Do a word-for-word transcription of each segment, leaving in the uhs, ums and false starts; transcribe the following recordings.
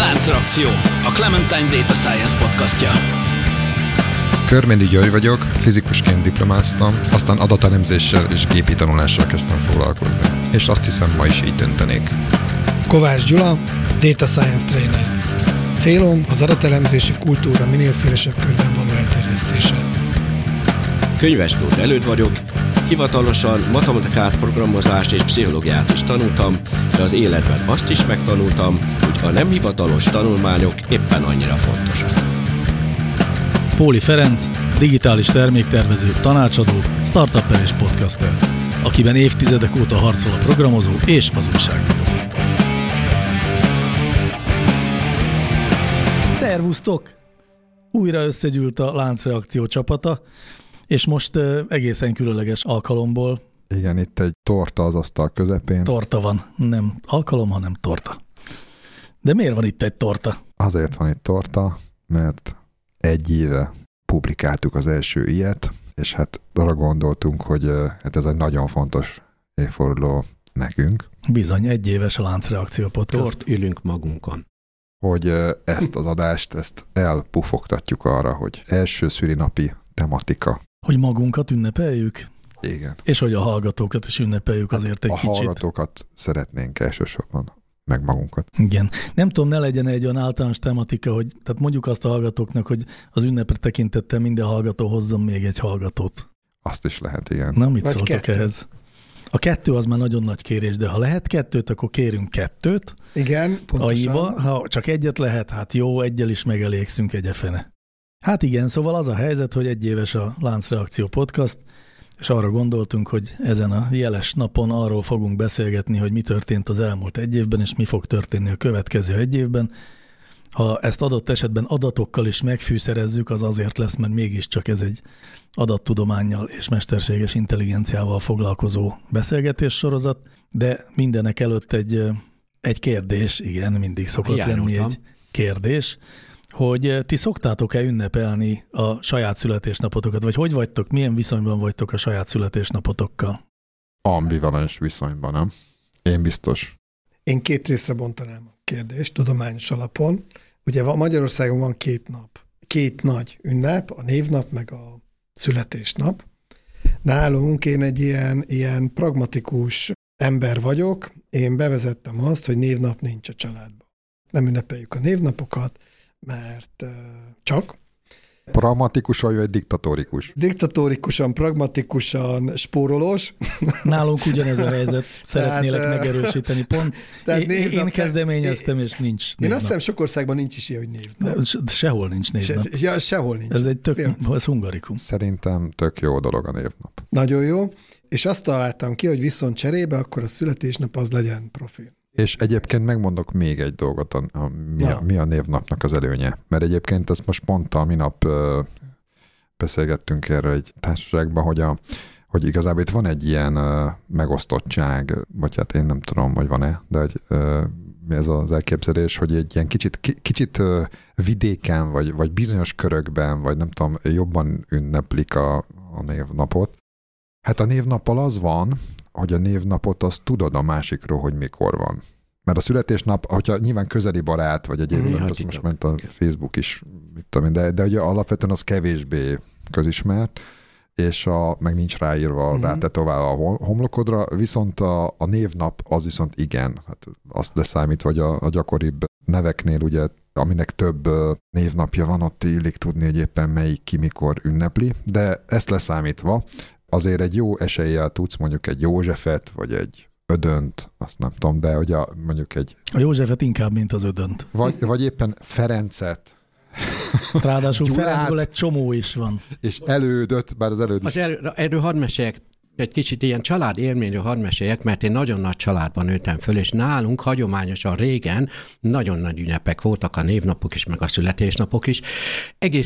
Láncreakció, a Clementine Data Science podcastja. Körméndi György vagyok, fizikusként diplomáztam, aztán adatelemzéssel és gépi tanulással kezdtem foglalkozni. És azt hiszem, ma is így döntenék. Kovács Gyula, Data Science Trainer. Célom az adatelemzési kultúra minél szélesebb körben való elterjesztése. Könyves Tóth Előd vagyok, hivatalosan matematikát, programozást és pszichológiát is tanultam, de az életben azt is megtanultam, hogy a nem hivatalos tanulmányok éppen annyira fontosak. Póli Ferenc, digitális terméktervező, tanácsadó, startupper és podcaster, akiben évtizedek óta harcol a programozó és az újságíró. Szervusztok! Újra összegyűlt a Láncreakció csapata, és most uh, egészen különleges alkalomból. Igen, itt egy torta az asztal közepén. Torta van, nem alkalom, hanem torta. De miért van itt egy torta? Azért van itt torta, mert egy éve publikáltuk az első ilyet, és hát arra gondoltunk, hogy uh, hát ez egy nagyon fontos évforduló nekünk. Bizony, egy éves a Láncreakció podcast. Tort ülünk magunkon. Hogy uh, ezt az adást, ezt elpufogtatjuk arra, hogy első szülinapi tematika. Hogy magunkat ünnepeljük? Igen. És hogy a hallgatókat is ünnepeljük azért egy a kicsit. A hallgatókat szeretnénk elsősorban, meg magunkat. Igen. Nem tudom, ne legyen egy olyan általános tematika, hogy tehát mondjuk azt a hallgatóknak, hogy az ünnepre tekintettel minden hallgató hozzon még egy hallgatót. Azt is lehet, igen. Na, mit Vagy szóltak kettő. ehhez? A kettő az már nagyon nagy kérés, de ha lehet kettőt, akkor kérünk kettőt. Igen, pontosan. Aiba, ha csak egyet lehet, hát jó, egyel is megelégszünk egyefene. Hát igen, szóval az a helyzet, hogy egy éves a Láncreakció podcast, és arra gondoltunk, hogy ezen a jeles napon arról fogunk beszélgetni, hogy mi történt az elmúlt egy évben, és mi fog történni a következő egy évben. Ha ezt adott esetben adatokkal is megfűszerezzük, az azért lesz, mert mégiscsak ez egy adattudománnyal és mesterséges intelligenciával foglalkozó beszélgetés sorozat, de mindenek előtt egy, egy kérdés, igen, mindig szokott Járultam. lenni egy kérdés, hogy ti szoktátok-e ünnepelni a saját születésnapotokat, vagy hogy vagytok, milyen viszonyban vagytok a saját születésnapotokkal? Ambivalens viszonyban, nem? Én biztos. Én két részre bontanám a kérdést, tudományos alapon. Ugye Magyarországon van két nap, két nagy ünnep, a névnap meg a születésnap. Nálunk én egy ilyen, ilyen pragmatikus ember vagyok, én bevezettem azt, hogy névnap nincs a családban. Nem ünnepeljük a névnapokat, mert uh, csak. Pragmatikus vagy diktatórikus? Diktatórikusan, pragmatikusan spórolós. Nálunk ugyanez a helyzet, szeretnélek Tehát, megerősíteni pont. tehát Én, névnap- én kezdeményeztem, és nincs Én névnap. azt hiszem, sok országban nincs is ilyen, hogy névnap. Se, sehol nincs névnap. Se, ja, sehol nincs. Ez egy tök, Fél. ez hungarikum. Szerintem tök jó dolog a névnap. Nagyon jó. És azt találtam ki, hogy viszont cserébe akkor a születésnap az legyen profil. És egyébként megmondok még egy dolgot, a, a, mi, a, mi a névnapnak az előnye. Mert egyébként ezt most pont a minap ö, beszélgettünk erről egy társaságban, hogy, a, hogy igazából itt van egy ilyen ö, megosztottság, vagy hát én nem tudom, hogy van-e, de hogy ö, mi ez az elképzelés, hogy egy ilyen kicsit, ki, kicsit ö, vidéken, vagy, vagy bizonyos körökben, vagy nem tudom, jobban ünneplik a, a névnapot. Hát a névnappal az van, hogy a névnapot azt tudod a másikról, hogy mikor van. Mert a születésnap, hogyha nyilván közeli barát, vagy egyébként, hát azt most igen. ment a Facebook is, mit tudom én, de, de ugye alapvetően az kevésbé közismert, és a, meg nincs ráírva, uh-huh. rátetoválva a homlokodra, viszont a, a névnap az viszont igen. Hát azt leszámítva, hogy a, a gyakoribb neveknél, ugye, aminek több névnapja van, ott illik tudni, hogy éppen melyik ki mikor ünnepli, de ezt leszámítva, azért egy jó eséllyel tudsz mondjuk egy Józsefet, vagy egy Ödönt, azt nem tudom, de hogy a, mondjuk egy... A Józsefet inkább, mint az Ödönt. Vagy, vagy éppen Ferencet. Ráadásul Gyulát. Ferencből egy csomó is van. És Elődöt, bár az Előd is... Az el, erről hadd meséljek, egy kicsit ilyen család élményről hadd meséljek, mert én nagyon nagy családban nőttem föl, és nálunk hagyományosan régen nagyon nagy ünnepek voltak, a névnapok is, meg a születésnapok is. Egész ilyen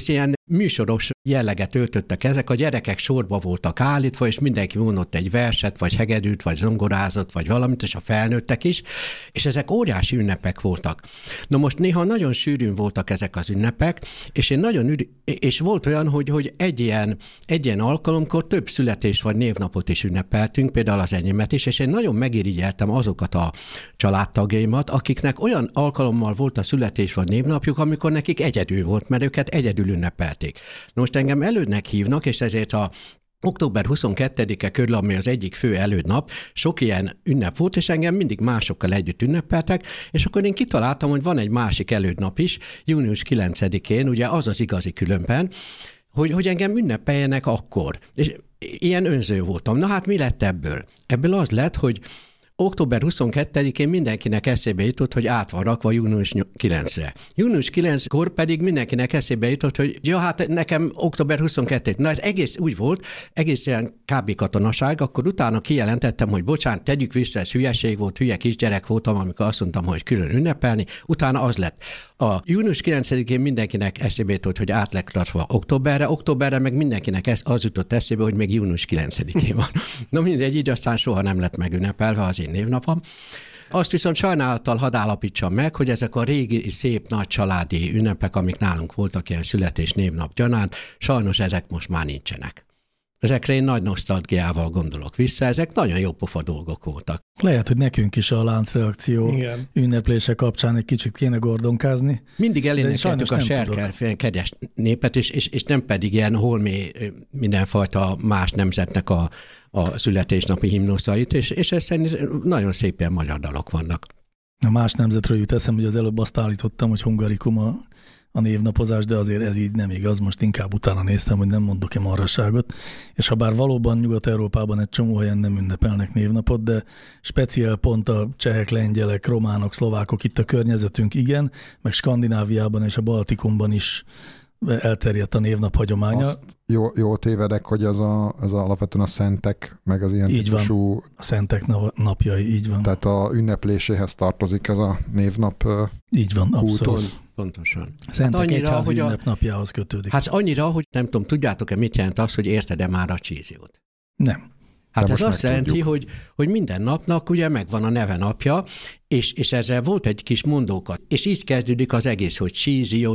műsoros jelleget öltöttek ezek, a gyerekek sorba voltak állítva, és mindenki mondott egy verset, vagy hegedűt, vagy zongorázott, vagy valamit, és a felnőttek is, és ezek óriási ünnepek voltak. Na most néha nagyon sűrűn voltak ezek az ünnepek, és én nagyon ügy... és volt olyan, hogy, hogy egy, ilyen, egy ilyen alkalomkor több születés vagy névnapot is ünnepeltünk, például az enyémet is, és én nagyon megirigyeltem azokat a családtagjaimat, akiknek olyan alkalommal volt a születés vagy névnapjuk, amikor nekik egyedül volt, mert őket egyedül ünnepelték. Na most engem elődnek hívnak, és ezért a október huszonkettedike körül, ami az egyik fő elődnap, sok ilyen ünnep volt, és engem mindig másokkal együtt ünnepeltek, és akkor én kitaláltam, hogy van egy másik elődnap is, június kilencedikén, ugye az az igazi különben, hogy, hogy engem ünnepeljenek akkor. És ilyen önző voltam. Na hát mi lett ebből? Ebből az lett, hogy október huszonkettedikén mindenkinek eszébe jutott, hogy át van rakva június kilencedikére. június kilencedikkor pedig mindenkinek eszébe jutott, hogy ja, hát nekem október huszonkettedike. Na ez egész úgy volt, egész ilyen kb. Katonaság, akkor utána kijelentettem, hogy bocsánat, tegyük vissza, ez hülyeség volt, hülye kisgyerek voltam, amikor azt mondtam, hogy külön ünnepelni. Utána az lett. A június kilencedikén mindenkinek eszébe jutott, hogy át lett rakva októberre, októberre meg mindenkinek ez, az jutott eszébe, hogy még június kilencedikén van. Na mindegy, így aztán soha nem lett megünnepelve az én névnapom. Azt viszont sajnálattal hadd állapítsam meg, hogy ezek a régi, szép, nagy családi ünnepek, amik nálunk voltak ilyen születés névnap gyanánt, sajnos ezek most már nincsenek. Ezekre én nagy nosztalgiával gondolok vissza, ezek nagyon jó pofa dolgok voltak. Lehet, hogy nekünk is a láncreakció Igen. ünneplése kapcsán egy kicsit kéne gordonkázni. Mindig elénekeltük a serkelkedves népet, és, és, és nem pedig ilyen holmi mindenfajta más nemzetnek a, a születésnapi himnuszait, és, és ez szerint nagyon szépen magyar dalok vannak. A más nemzetről jut eszem, hogy az előbb azt állítottam, hogy hungarikum a a névnapozás, de azért ez így nem igaz, most inkább utána néztem, hogy nem mondok-e marhasságot, és ha bár valóban Nyugat-Európában egy csomó helyen nem ünnepelnek névnapot, de speciál pont a csehek, lengyelek, románok, szlovákok itt a környezetünk igen, meg Skandináviában és a Baltikumban is elterjedt a névnap hagyománya. Azt jó, jó tévedek, hogy ez, a, ez a, alapvetően a szentek, meg az ilyen így típusú... van, a szentek napjai, így van. Tehát a ünnepléséhez tartozik ez a névnap. Így van, abszolút. Pontosan. Szentek hát egyházi ünnepnapjához kötődik. Hát annyira, hogy nem tudom, tudjátok-e, mit jelent az, hogy érted-e már a csíziót? Nem. Hát de ez azt jelenti, hogy, hogy minden napnak ugye megvan a neve napja, és, és ezzel volt egy kis mondókat. És így kezdődik az egész, hogy csízió,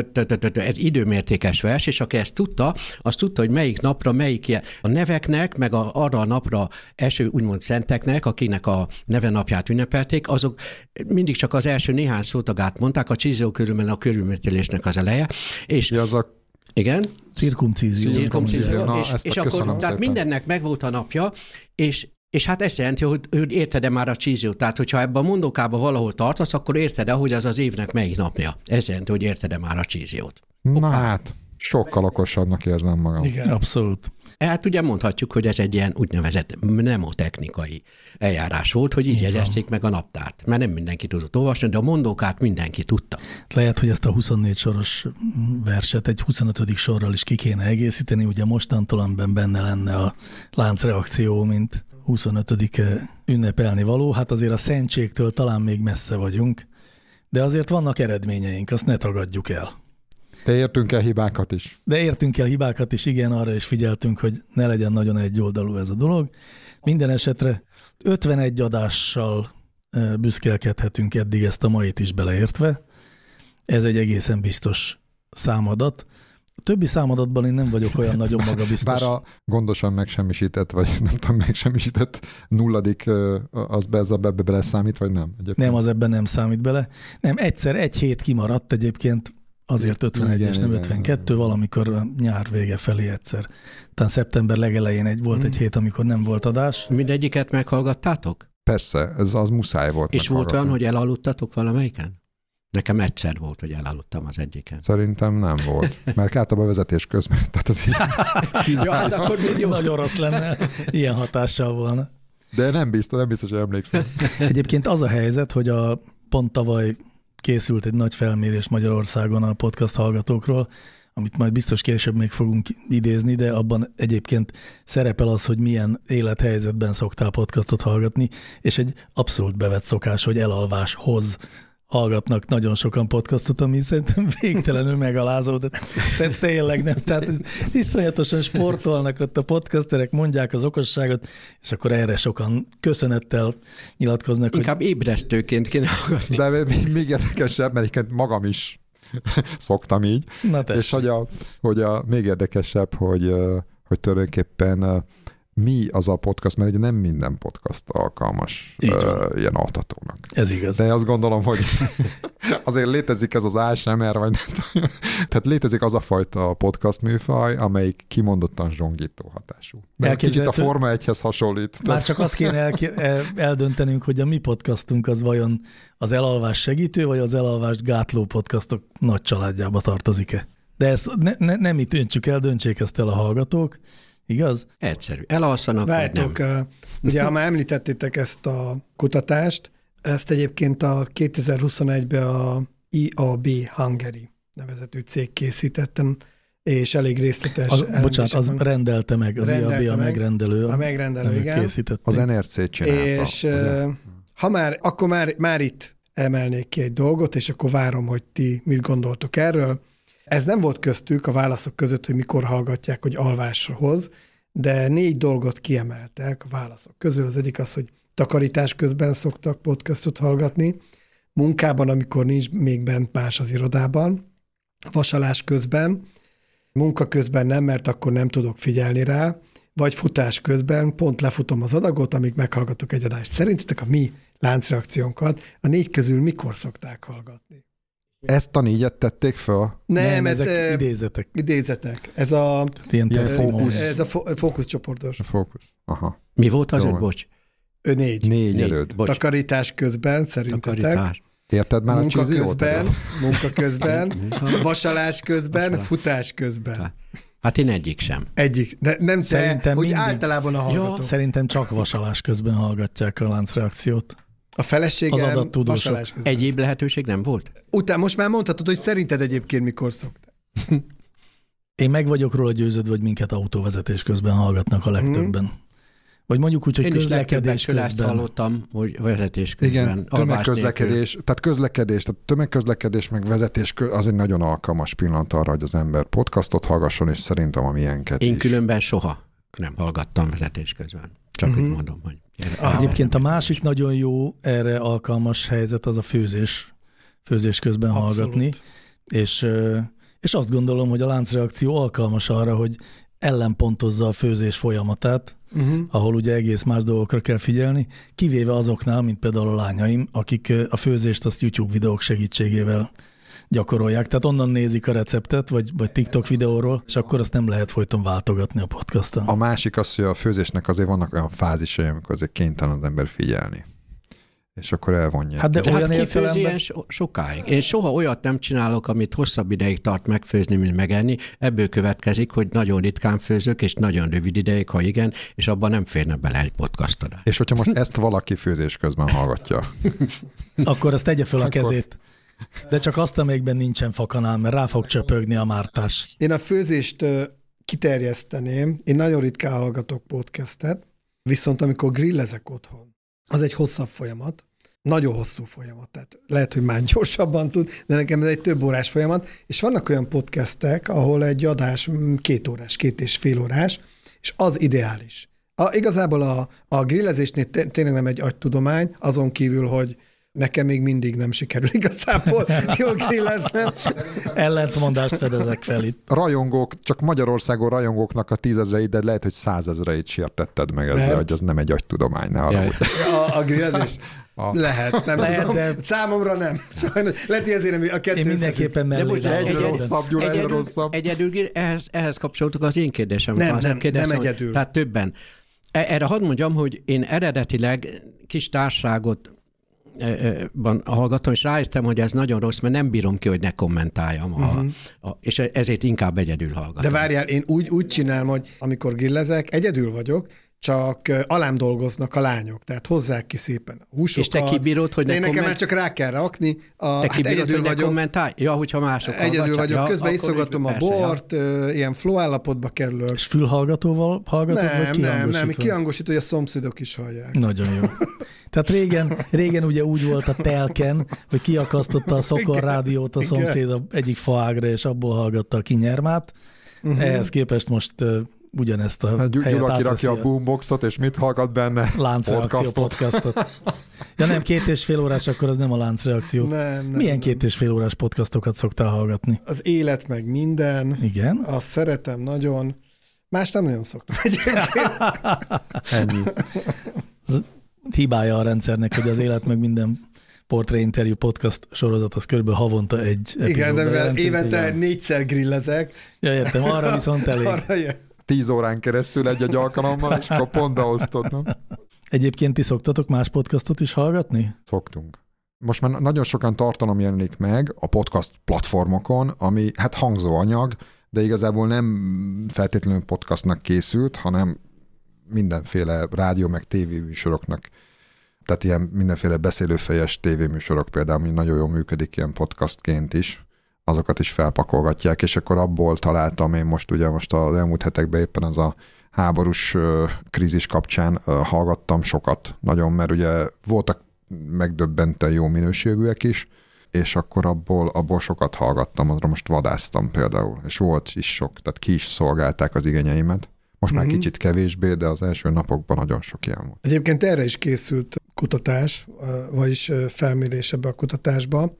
ez időmértékes vers, és aki ezt tudta, azt tudta, hogy melyik napra, melyik a neveknek, meg a, arra a napra eső úgymond szenteknek, akinek a neve napját ünnepelték, azok mindig csak az első néhány szótagát mondták, a csízió körülben a körülmetélésnek az eleje. És ja, az a igen? Cirkumcízió. Cirkumcízió. Na, és, és akkor tehát mindennek megvolt a napja, és, és hát ezt jelenti, hogy, hogy érted-e már a csíziót. Tehát, hogyha ebben a mondókában valahol tartasz, akkor érted-e, hogy az az évnek melyik napja. Ez jelenti, hogy érted-e már a csíziót. Na hát, sokkal okosabbnak érzem magam. Igen, abszolút. Hát ugye mondhatjuk, hogy ez egy ilyen úgynevezett mnemotechnikai eljárás volt, hogy így, így jegyezték meg a naptárt. Mert nem mindenki tudott olvasni, de a mondókát mindenki tudta. Lehet, hogy ezt a huszonnégy soros verset egy huszonötödik sorral is ki kéne egészíteni, ugye mostantól, amiben benne lenne a láncreakció, mint huszonötödike ünnepelni való. Hát azért a szentségtől talán még messze vagyunk, de azért vannak eredményeink, azt ne tagadjuk el. De értünk el hibákat is. De értünk el hibákat is, igen, arra is figyeltünk, hogy ne legyen nagyon egyoldalú ez a dolog. Minden esetre ötvenegy adással büszkélkedhetünk eddig, ezt a mait is beleértve. Ez egy egészen biztos számadat. A többi számadatban én nem vagyok olyan nagyon magabiztos. Bár a gondosan megsemmisített, vagy nem tudom, megsemmisített nulladik, az be, ez a be bele számít, vagy nem? Egyébként? Nem, az ebben nem számít bele. Nem, egyszer egy hét kimaradt egyébként, azért ötvenegy igen, és nem igen, ötvenkettő, igen. Valamikor nyár vége felé egyszer. Talán szeptember legelején egy, volt hmm. egy hét, amikor nem volt adás. Mindegyiket meghallgattátok? Persze, ez az muszáj volt. És volt olyan, hogy elaludtatok valamelyiken? Nekem egyszer volt, hogy elaludtam az egyiken. Szerintem nem volt, mert általában vezetés közben. Tehát az így... ja, hát akkor még jó. Nagyon rossz lenne, ilyen hatással volna. De nem biztos, nem biztos, hogy emlékszem. Egyébként az a helyzet, hogy a pont tavaly készült egy nagy felmérés Magyarországon a podcast hallgatókról, amit majd biztos később még fogunk idézni, de abban egyébként szerepel az, hogy milyen élethelyzetben szoktál podcastot hallgatni, és egy abszolút bevett szokás, hogy elalváshoz hallgatnak nagyon sokan podcastot, ami szerintem végtelenül megalázó, de tényleg nem. Tehát iszonyatosan sportolnak ott a podcasterek, mondják az okosságot, és akkor erre sokan köszönettel nyilatkoznak. Inkább hogy... ébresztőként kéne hallgatni. De még érdekesebb, mert egyébként magam is szoktam így. Na és hogy, a, hogy a, még érdekesebb, hogy, hogy tulajdonképpen mi az a podcast, mert ugye nem minden podcast alkalmas uh, ilyen altatónak. Ez igaz. De azt gondolom, hogy azért létezik ez az á es em er, vagy nem, tehát létezik az a fajta podcast műfaj, amelyik kimondottan zsongító hatású. De kicsit a Forma egyhez hasonlít. Már csak azt kéne el, eldöntenünk, hogy a mi podcastunk az vajon az elalvás segítő, vagy az elalvást gátló podcastok nagy családjába tartozik-e. De ezt ne, ne, nem itt döntsük el, döntsék ezt el a hallgatók. Igaz? Egyszerű. Elalszanak, Várjátok, vagy nem. Ugye, ha már említettétek ezt a kutatást, ezt egyébként a kétezer-huszonegyben a i á bé Hungary nevezetű cég készítettem, és elég részletes. Az, bocsánat, az rendelte meg, az rendelte i á bé a megrendelő. A megrendelő, igen. Készítette. Az en er cé csinálta. És ugye? ha már, akkor már, már itt emelnék ki egy dolgot, és akkor várom, hogy ti mit gondoltok erről. Ez nem volt köztük a válaszok között, hogy mikor hallgatják, hogy alváshoz, de négy dolgot kiemeltek a válaszok közül. Az egyik az, hogy takarítás közben szoktak podcastot hallgatni, munkában, amikor nincs még bent más az irodában, vasalás közben, munka közben nem, mert akkor nem tudok figyelni rá, vagy futás közben pont lefutom az adagot, amíg meghallgatok egy adást. Szerintetek a mi láncreakciónkat a négy közül mikor szokták hallgatni? Ezt a négyet tették fel? Nem, nem ez ezek e, idézetek. Idézetek. Ez a, ilyen ilyen fókusz. Ez a fo- fókuszcsoportos. A fókusz. Aha. Mi volt az, hogy bocs? Ő négy. Négy, négy előtt. Bocs. Takarítás közben szerintetek. Takarítás. Érted már munka a csízi közben, munka közben, vasalás közben, Vasalás. futás közben. Hát én egyik sem. Egyik. De nem szerintem te, hogy mindig, általában a hallgatók. Ja, szerintem csak vasalás közben hallgatják a láncreakciót. A feleségem az vasalás közben. Egyéb lehetőség nem volt? Utána most már mondhatod, hogy szerinted egyébként mikor szoktál. Én meg vagyok róla győződve, hogy minket autóvezetés közben hallgatnak a legtöbben. Hmm. Vagy mondjuk úgy, hogy én közlekedés közben. Én is hallottam, hogy vezetés közben. Igen, tömegközlekedés, tehát közlekedés, tehát tömegközlekedés meg vezetés az egy nagyon alkalmas pillanat arra, hogy az ember podcastot hallgasson, és szerintem a milyenket Én is. különben soha nem hallgattam vezetés közben. Csak uh-huh. úgy mondom, hogy... Ah, egyébként a másik nagyon jó erre alkalmas helyzet az a főzés, főzés közben Abszolút. hallgatni, és, és azt gondolom, hogy a láncreakció alkalmas arra, hogy ellenpontozza a főzés folyamatát, uh-huh. ahol ugye egész más dolgokra kell figyelni, kivéve azoknál, mint például a lányaim, akik a főzést azt YouTube videók segítségével gyakorolják. Tehát onnan nézik a receptet, vagy, vagy TikTok videóról, és akkor azt nem lehet folyton váltogatni a podcaston. A másik az, hogy a főzésnek azért vannak olyan fázisai, amikor azért kénytelen az ember figyelni. És akkor elvonja. Hát de, de olyan hát értelemben... kifőzi ilyen so- sokáig. Én soha olyat nem csinálok, amit hosszabb ideig tart megfőzni, mint megenni. Ebből következik, hogy nagyon ritkán főzök, és nagyon rövid ideig, ha igen, és abban nem férne bele egy podcastodás. És hogyha most ezt valaki főzés közben hallgatja. Akkor azt tegye föl a kezét. De csak azt, amelyikben nincsen fakanál, mert rá fog csöpögni a mártás. Én a főzést uh, kiterjeszteném. Én nagyon ritkán hallgatok podcastet, viszont amikor grillezek otthon, az egy hosszabb folyamat, nagyon hosszú folyamat, tehát lehet, hogy már gyorsabban tud, de nekem ez egy több órás folyamat, és vannak olyan podcastek, ahol egy adás két órás, két és fél órás, és az ideális. A, igazából a, a grillezésnél tényleg nem egy agytudomány, azon kívül, hogy nekem még mindig nem sikerül igazából jól grilleznem. Ellentmondást fedezek fel itt. Rajongók, csak Magyarországon rajongóknak a tízezreit, de lehet, hogy százezreit sértetted meg ezzel, Mert... hogy az nem egy agytudomány. Ne arra, hogy... A, a grillezés? A... Lehet, nem lehet, tudom. De... Számomra nem. Sajnos. Lehet, hogy ezért nem a kettő. Én mindenképpen mellé. Egyre egyed, rosszabb, Gyula, egyedül, egyre rosszabb. Egyedül ehhez, ehhez kapcsoltuk az én kérdésem. Nem, az nem, kérdezem, nem hogy, egyedül. Tehát többen. Erre hadd mondjam, hogy én eredetileg kis társaságot hallgattam, és rájöttem, hogy ez nagyon rossz, mert nem bírom ki, hogy ne kommentáljam, uh-huh. a, a, és ezért inkább egyedül hallgatom. De várjál, én úgy, úgy csinálom, hogy amikor grillezek, egyedül vagyok, csak alám dolgoznak a lányok, tehát hozzák ki szépen a húsokat. És te kibírod, hogy ne komment... nekem komment... már csak rá kell rakni. A... Te kibírod, hát egyedül hogy ne kommentálj? Ja, hogyha mások Egyedül hallgatják. vagyok, ja, közben iszogatom a bort, ja. Ilyen flow állapotba kerülök. És fülhallgatóval hallgatod, nem, vagy nem, nem, kiangosít, hogy a szomszédok is hallják. Nagyon jó. Tehát régen, régen ugye úgy volt a telken, hogy kiakasztotta a szokorrádiót a szomszéd egyik faágra, és abból hallgatta a kinyermát. Uh-huh. Ehhez képest most uh, ugyanezt a hát, helyet Gyula kirakja a a boomboxot, és mit hallgat benne? Láncreakció podcastot. podcastot. Ja nem, két és fél órás, akkor az nem a láncreakció. Nem, nem, Milyen nem. két és fél órás podcastokat szoktál hallgatni? Az élet meg minden. Igen? Azt szeretem nagyon. Más nem nagyon szoktam egyébként. Ennyi. Az hibája a rendszernek, hogy az élet meg minden portréinterjú podcast sorozat, az körülbelül havonta egy epizód. Igen, de mivel évente igen. négyszer grillezek. Ja, értem, arra viszont elég. Arra Tíz órán keresztül egy-egy alkalommal, és akkor pont beosztod, nem? Egyébként ti szoktatok más podcastot is hallgatni? Szoktunk. Most már nagyon sokan tartalom jelenik meg a podcast platformokon, ami hát hangzó anyag, de igazából nem feltétlenül podcastnak készült, hanem mindenféle rádió meg tévéműsoroknak. Tehát ilyen mindenféle beszélőfejes tévéműsorok például, ami nagyon jól működik ilyen podcastként is, azokat is felpakolgatják, és akkor abból találtam én most, ugye most az elmúlt hetekben éppen az a háborús krízis kapcsán hallgattam sokat nagyon, mert ugye voltak megdöbbenten jó minőségűek is, és akkor abból, abból sokat hallgattam, azra most vadásztam például, és volt is sok, tehát ki is szolgálták az igényeimet. Most már uh-huh. kicsit kevésbé, de az első napokban nagyon sok ilyen volt. Egyébként erre is készült kutatás, vagyis felmérés ebbe a kutatásba,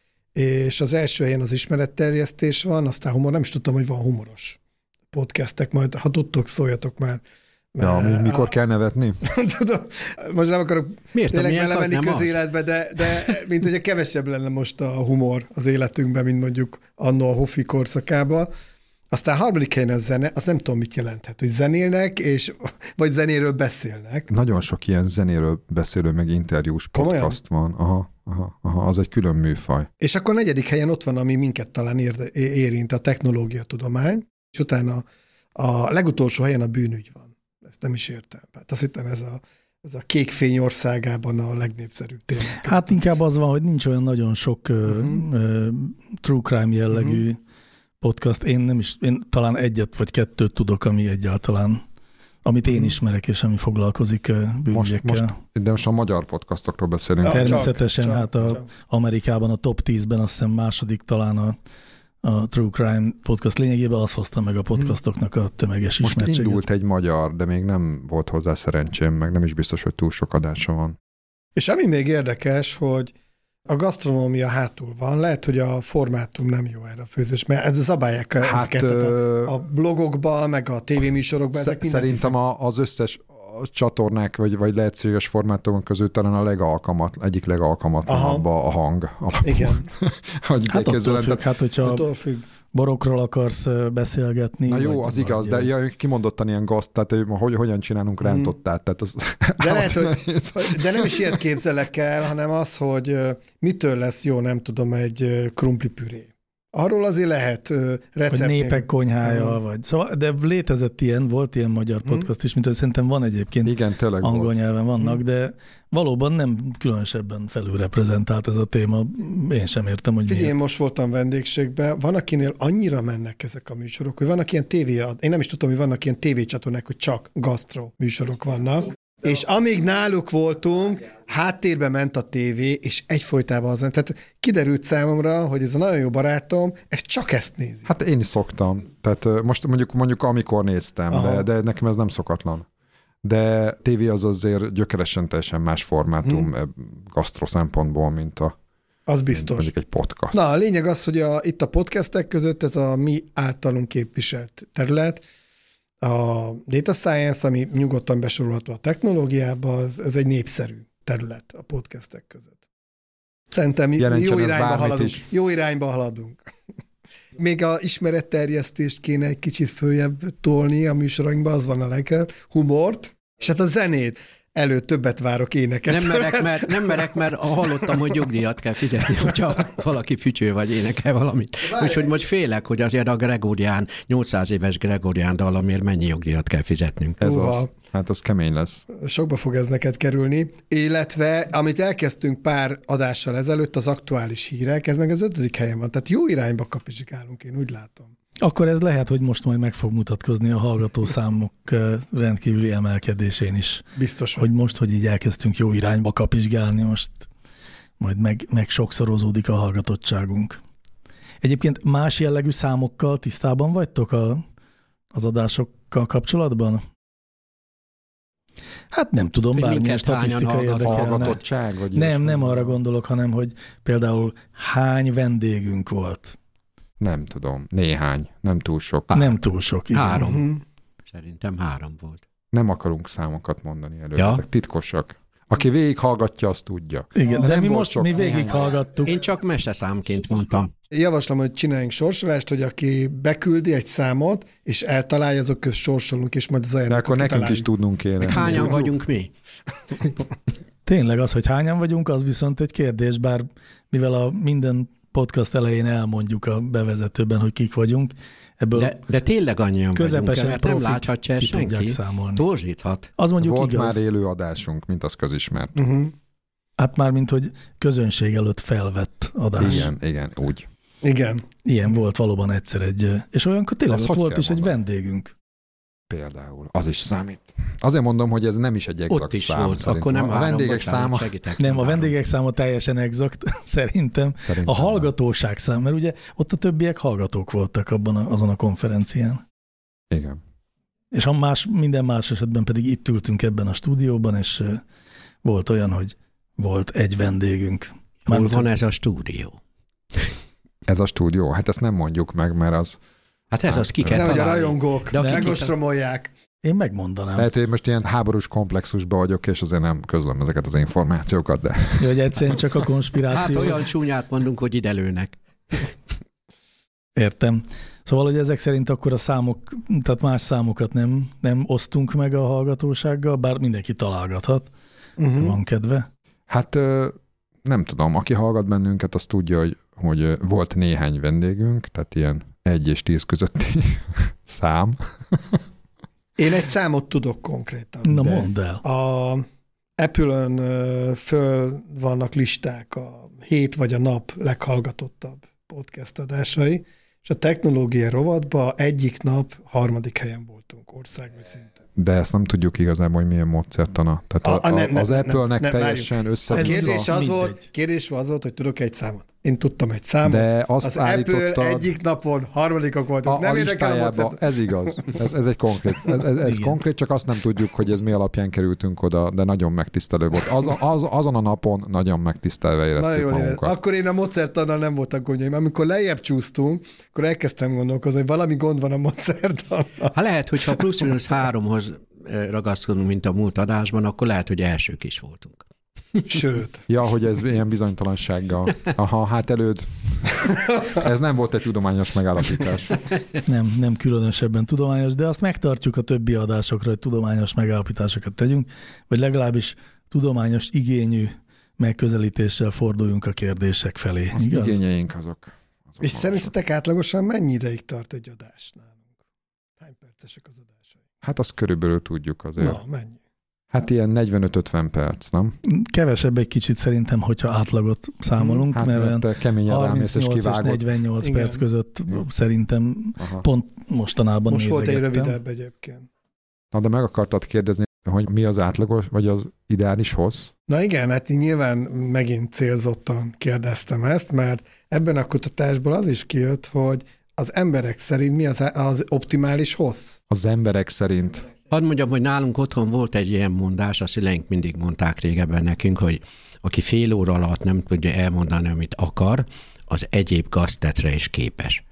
és az első helyen az ismeretterjesztés van, aztán humor, nem is tudtam, hogy van humoros podcastek, majd ha tudtok, szóljatok már. Ja, mi, mikor a... kell nevetni? Tudom, most nem akarok Miért, tényleg belemenni közéletbe, de, de mint ugye kevesebb lenne most a humor az életünkben, mint mondjuk annó a Hoffi korszakában. Aztán a harmadik helyen a zene, azt nem tudom, mit jelenthet, hogy zenélnek, és, vagy zenéről beszélnek. Nagyon sok ilyen zenéről beszélő, meg interjús podcast Komolyan? van. Aha, aha, aha, az egy külön műfaj. És akkor a negyedik helyen ott van, ami minket talán érint, a technológiatudomány, és utána a legutolsó helyen a bűnügy van. Ezt nem is értem. Hát azt hittem, ez a, ez a kékfény országában a legnépszerűbb téma. Hát inkább az van, hogy nincs olyan nagyon sok uh-huh. uh, true crime jellegű uh-huh. podcast. Én nem is, én talán egyet vagy kettőt tudok, ami egyáltalán, amit én ismerek, és ami foglalkozik bűnügyekkel. Most, most, de most a magyar podcastokról beszélünk. Ja, Természetesen, csak, hát a, csak. Amerikában a top tízben azt hiszem második talán a, a True Crime podcast lényegében azt hozta meg a podcastoknak a tömeges ismertséget. Most indult egy magyar, de még nem volt hozzá szerencsém, meg nem is biztos, hogy túl sok adása van. És ami még érdekes, hogy a gasztronómia hátul van, lehet, hogy a formátum nem jó erre a főzés, mert ez szabálják hát, ezeket a, a blogokban, meg a tévéműsorokban. Ezek szerintem a, az összes csatornák, vagy, vagy lehetséges formátumok közül talán a legalkalmat, egyik legalkalmatlanabb a hang. Alapul. Igen. hogy hát attól függ, hát hogyha attól függ. borokról akarsz beszélgetni. Na jó, az igaz, de ja, kimondottan ilyen gaszt, tehát hogy, hogyan csinálunk rántottát. Tehát az de, lehet, hogy, de nem is ilyet képzelek el, hanem az, hogy mitől lesz jó, nem tudom, egy krumplipüré. Arról azért lehet receptnél. Vagy népek konyhája, uh-huh. vagy. Szóval, de létezett ilyen, volt ilyen magyar podcast uh-huh. is, mint hogy szerintem van egyébként. Igen, tényleg angol volt. nyelven vannak, uh-huh. de valóban nem különösebben felülreprezentált ez a téma. Én sem értem, hogy miért. Én most voltam vendégségben, van, akinél annyira mennek ezek a műsorok, hogy vannak ilyen tévé, én nem is tudom, hogy vannak ilyen tévécsatornák, hogy csak gasztro műsorok vannak. És amíg náluk voltunk, háttérbe ment a tévé, és egyfolytában az. Tehát kiderült számomra, hogy ez a nagyon jó barátom, ez csak ezt nézi. Hát én is szoktam. Tehát most mondjuk, mondjuk amikor néztem, de, de nekem ez nem szokatlan. De tévé az azért gyökeresen teljesen más formátum hmm. gasztro szempontból, mint a az biztos. Mondjuk egy podcast. Na, a lényeg az, hogy a, itt a podcastek között ez a mi általunk képviselt terület, a data science, ami nyugodtan besorolható a technológiába, az, ez egy népszerű terület a podcastek között. Szerintem jó irányba haladunk. Is. Jó irányba haladunk. Még a ismeretterjesztést kéne egy kicsit följebb tolni a műsorainkba, az van a legjobb. Humort, és hát a zenét. Előtt többet várok éneket. Nem merek, mert, nem merek, mert hallottam, hogy jogdíjat kell fizetni, hogyha valaki fütyő vagy énekel valamit. Úgyhogy most félek, hogy azért a Gregorián, nyolcszáz éves Gregorián dalamért mennyi jogdíjat kell fizetnünk. Ez Uha. az. Hát az kemény lesz. Sokba fog ez neked kerülni. Illetve, amit elkezdtünk pár adással ezelőtt, az aktuális hírek, ez meg az ötödik helyen van. Tehát jó irányba kapizsikálunk, én úgy látom. Akkor ez lehet, hogy most majd meg fog mutatkozni a hallgatószámok rendkívüli emelkedésén is. Biztos. Hogy most, hogy így elkezdtünk jó irányba kapizsgálni, most majd meg, meg sokszorozódik a hallgatottságunk. Egyébként más jellegű számokkal tisztában vagytok a, az adásokkal kapcsolatban? Hát nem tudom, bármilyen statisztika érdekelne. Hallgatottság? Vagy nem, nem arra gondolok, hanem hogy például hány vendégünk volt. Nem tudom, néhány, nem túl sok. Há, nem túl sok, igen. Három. Uh-huh. Szerintem három volt. Nem akarunk számokat mondani előtt, ja. Ezek titkosak. Aki végighallgatja, azt tudja. Igen, de, de mi most mi végighallgattuk. Én csak meseszámként mondtam. Javaslom, hogy csináljunk sorsolást, hogy aki beküldi egy számot, és eltalálja, azok közt sorsolunk, és majd az ajándékot De akkor nekünk találjuk. is tudnunk kéne. Meg hányan vagyunk mi? Tényleg az, hogy hányan vagyunk, az viszont egy kérdés, bár mivel a minden podcast elején elmondjuk a bevezetőben, hogy kik vagyunk, ebből de, de tényleg annyian vagyunk, mert nem láthatja ezt senki. Torzíthat. Az mondjuk Volt igaz. már élő adásunk, mint az közismert. Uh-huh. Hát már, mint hogy közönség előtt felvett adás. Igen, igen, úgy. Igen. Ilyen volt valóban egyszer egy, és olyankor tényleg ott volt is mondani? Egy vendégünk. Például. Az is számít. Azért mondom, hogy ez nem is egy exakt ott is szám. Volt. Akkor nem a vendégek száma... Segítek, nem, a vendégek száma teljesen exakt, szerintem. szerintem. A hallgatóság szám, mert ugye ott a többiek hallgatók voltak abban a, azon a konferencián. Igen. És a más, minden más esetben pedig itt ültünk ebben a stúdióban, és volt olyan, hogy volt egy vendégünk. Hol Már van ez a stúdió? Ez a stúdió? Hát ezt nem mondjuk meg, mert az... Hát ez az ki kell találni. Nem, hogy a rajongók de megostromolják. Én megmondanám. Lehet, hogy most ilyen háborús komplexusban vagyok, és azért nem közlöm ezeket az információkat, de... Jó, hogy egyszerűen csak a konspiráció. Hát olyan csúnyát mondunk, hogy ide lőnek. Értem. Szóval, hogy ezek szerint akkor a számok, tehát más számokat nem, nem osztunk meg a hallgatósággal, bár mindenki találgathat. Uh-huh. Van kedve. Hát nem tudom, aki hallgat bennünket, az tudja, hogy, hogy volt néhány vendégünk, tehát ilyen egy és tíz közötti szám. Én egy számot tudok konkrétan. Na mondd el. A Apple-ön föl vannak listák a hét vagy a nap leghallgatottabb podcast adásai, és a technológia rovatban egyik nap harmadik helyen voltunk országos szinten. De ezt nem tudjuk igazából, hogy milyen módszertana. Tehát a, a, a, ne, az ne, Apple-nek ne, ne, teljesen össze. Kérdés az, volt, kérdés az volt, hogy tudok egy számot. Én tudtam egy számot. De azt az állítottad, Apple egyik napon harmadikak voltunk. A, nem a listájába, ez igaz. Ez, ez egy konkrét. Ez, ez, ez konkrét, csak azt nem tudjuk, hogy ez mi alapján kerültünk oda, de nagyon megtisztelő volt. Az, az, azon a napon nagyon megtisztelve éreztük magunkat. Akkor én a módszertannal nem voltak gondjaim. Amikor lejjebb csúsztunk, akkor elkezdtem gondolkozni, hogy valami gond van a módszertannal. Ha lehet, hogyha plusz-minusz háromhoz ragaszkodunk, mint a múlt adásban, akkor lehet, hogy elsők is voltunk. Sőt. Ja, hogy ez ilyen bizonytalansággal. Aha, hát előd. Ez nem volt egy tudományos megállapítás. Nem, nem különösebben tudományos, de azt megtartjuk a többi adásokra, hogy tudományos megállapításokat tegyünk, vagy legalábbis tudományos igényű megközelítéssel forduljunk a kérdések felé. Az igaz? igényeink azok. azok És szerintetek átlagosan mennyi ideig tart egy adás nálunk? Hány percesek az adásai? Hát azt körülbelül tudjuk azért. Na, mennyi? Hát ilyen negyvenöt-ötven perc, nem? Kevesebb egy kicsit szerintem, hogyha átlagot számolunk, hát, mert olyan harmincnyolc és negyvennyolc Igen. perc között Igen. szerintem Aha. pont mostanában Most nézegettem. volt egy rövidebb egyébként. Na, de meg akartad kérdezni, hogy mi az átlagos, vagy az ideális hossz? Na igen, hát nyilván megint célzottan kérdeztem ezt, mert ebben a kutatásból az is kijött, hogy az emberek szerint mi az, az optimális hossz? Az emberek szerint... Hadd mondjam, hogy nálunk otthon volt egy ilyen mondás, a szüleink mindig mondták régebben nekünk, hogy aki fél óra alatt nem tudja elmondani, amit akar, az egyéb gaztetre is képes.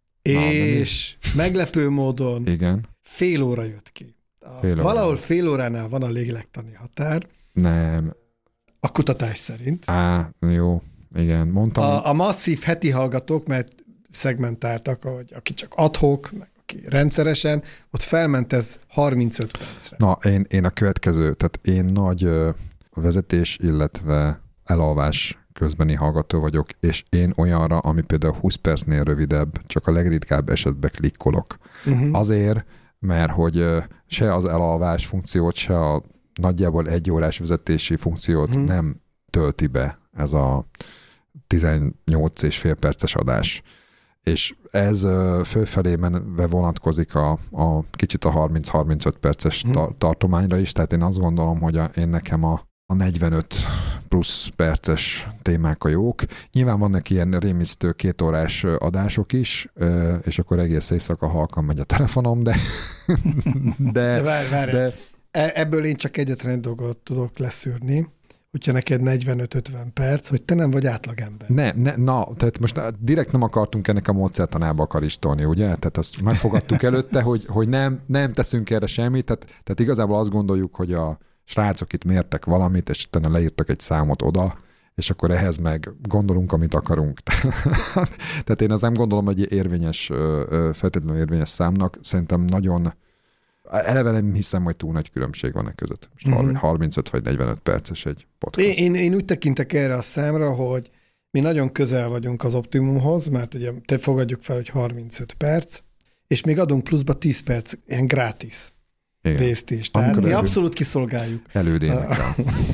És Na, meglepő módon Igen. fél óra jött ki. A, fél valahol óra. fél óránál van a lélektani határ. Nem. A kutatás szerint. Á, jó, igen, mondtam. A, a masszív heti hallgatók, mert szegmentáltak, hogy aki csak ad-hoc, meg aki rendszeresen, ott felment ez harmincöt percre. Na, én, én a következő, tehát én nagy ö, vezetés, illetve elalvás közbeni hallgató vagyok, és én olyanra, ami például húsz percnél rövidebb, csak a legritkább esetben klikkolok. Uh-huh. Azért, mert hogy ö, se az elalvás funkciót, se a nagyjából egy órás vezetési funkciót uh-huh. nem tölti be ez a tizennyolc és fél perces adás. és ez fölfelé menve vonatkozik a, a kicsit a harminc-harmincöt perces tar- tartományra is, tehát én azt gondolom, hogy a, én nekem a, a negyvenöt plusz perces témák a jók. Nyilván vannak ilyen rémisztő kétórás adások is, és akkor egész éjszaka halkan megy a telefonom, de... de, de, várj, várj. de ebből én csak egyetlen egy dolgot tudok leszűrni, hogyha neked negyvenöt-ötven perc, hogy te nem vagy átlagember. Ne, ne, na, tehát most direkt nem akartunk ennek a módszertanába karistolni, ugye? Tehát azt megfogadtuk előtte, hogy, hogy nem, nem teszünk erre semmit, tehát, tehát igazából azt gondoljuk, hogy a srácok itt mértek valamit, és utána leírtak egy számot oda, és akkor ehhez meg gondolunk, amit akarunk. Tehát én az nem gondolom, hogy érvényes, feltétlenül érvényes számnak, szerintem nagyon eleve nem hiszem, hogy túl nagy különbség van e között. Most mm-hmm. harmincöt vagy negyvenöt perces egy podcast. Én, én, én úgy tekintek erre a számra, hogy mi nagyon közel vagyunk az optimumhoz, mert ugye te fogadjuk fel, hogy harmincöt perc, és még adunk pluszba tíz perc ilyen gratis igen. részt is. Tehát amikor mi elő, abszolút kiszolgáljuk. Elődénekel.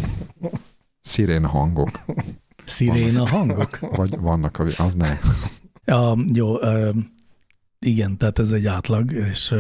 Sziréna hangok. Sziréna hangok? Vagy vannak, az ne. Ja, jó, igen, tehát ez egy átlag, és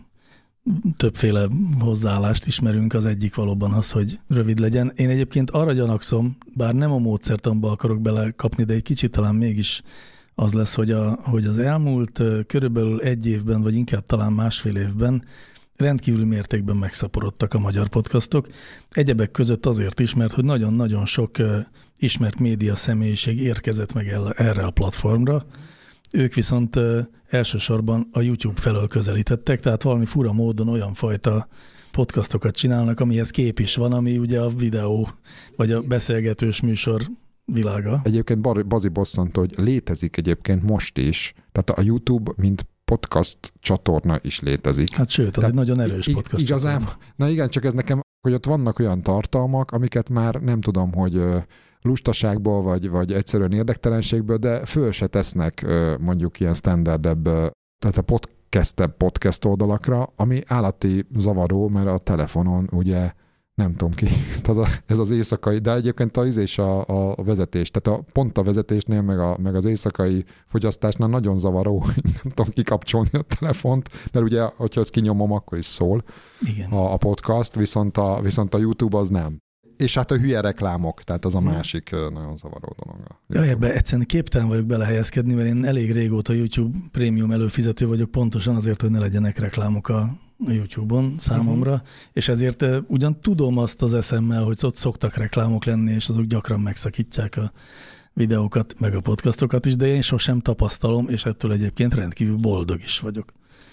többféle hozzáállást ismerünk, az egyik valóban az, hogy rövid legyen. Én egyébként arra gyanakszom, bár nem a módszertanba akarok belekapni, de egy kicsit talán mégis az lesz, hogy, a, hogy az elmúlt körülbelül egy évben, vagy inkább talán másfél évben rendkívüli mértékben megszaporodtak a magyar podcastok. Egyebek között azért is, mert hogy nagyon-nagyon sok ismert média személyiség érkezett meg erre a platformra. Ők viszont elsősorban a YouTube felől közelítettek, tehát valami fura módon olyan fajta podcastokat csinálnak, amihez kép is van, ami ugye a videó, vagy a beszélgetős műsor világa. Egyébként Bazi bosszantó, hogy létezik egyébként most is, tehát a YouTube, mint podcast csatorna is létezik. Hát sőt, az tehát egy nagyon erős podcast igazán, csatorna. Na igen, csak ez nekem, hogy ott vannak olyan tartalmak, amiket már nem tudom, hogy lustaságból, vagy, vagy egyszerűen érdektelenségből, de föl se tesznek mondjuk ilyen standardebb, tehát a podcastebb podcast oldalakra, ami állati zavaró, mert a telefonon ugye nem tudom ki, ez, a, ez az éjszakai, de egyébként az és a, a vezetés, tehát a, pont a vezetésnél, meg, a, meg az éjszakai fogyasztásnál nagyon zavaró, hogy nem tudom kikapcsolni a telefont, mert ugye, hogyha ezt kinyomom, akkor is szól igen. A, a podcast, viszont a, viszont a YouTube az nem. És hát a hülye reklámok, tehát az a másik nagyon zavaró dolog. Ja, ebbe egyszerűen képtelen vagyok belehelyezkedni, mert én elég régóta YouTube prémium előfizető vagyok, pontosan azért, hogy ne legyenek reklámok a YouTube-on számomra, uh-huh. és ezért uh, ugyan tudom azt az eszemmel, hogy ott szoktak reklámok lenni, és azok gyakran megszakítják a videókat, meg a podcastokat is, de én sosem tapasztalom, és ettől egyébként rendkívül boldog is vagyok.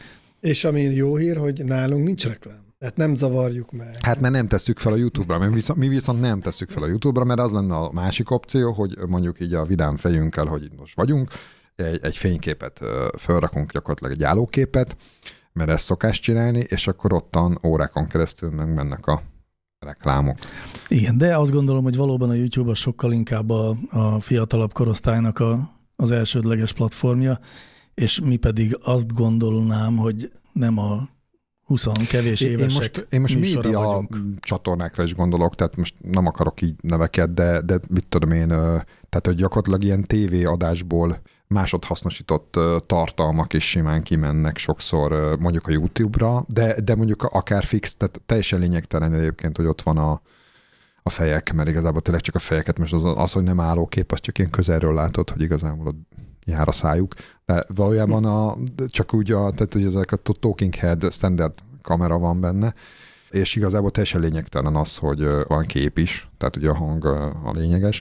És ami jó hír, hogy nálunk nincs reklám. Tehát nem zavarjuk meg. Hát mert nem tesszük fel a YouTube-ra, mi viszont, mi viszont nem tesszük fel a YouTube-ra, mert az lenne a másik opció, hogy mondjuk így a vidám fejünkkel, hogy itt most vagyunk, egy, egy fényképet felrakunk, gyakorlatilag egy állóképet, mert ezt szokás csinálni, és akkor ottan órákon keresztül mennek a reklámok. Igen, de azt gondolom, hogy valóban a YouTube a sokkal inkább a, a fiatalabb korosztálynak a, az elsődleges platformja, és mi pedig azt gondolnám, hogy nem a húsz kevés évesek Én most, én most média vagyunk. Csatornákra is gondolok, tehát most nem akarok így neveket, de, de mit tudom én, tehát hogy gyakorlatilag ilyen tévéadásból másodhasznosított tartalmak is simán kimennek sokszor mondjuk a YouTube-ra, de, de mondjuk akár fix, tehát teljesen lényegtelen egyébként, hogy ott van a, a fejek, mert igazából tényleg csak a fejeket, most az, az, hogy nem állókép, az csak ilyen közelről látod, hogy igazából ott jár a szájuk, de valójában a, csak úgy a, tehát hogy ezek a talking head standard kamera van benne, és igazából teljesen lényegtelen az, hogy van kép is, tehát ugye a hang a lényeges,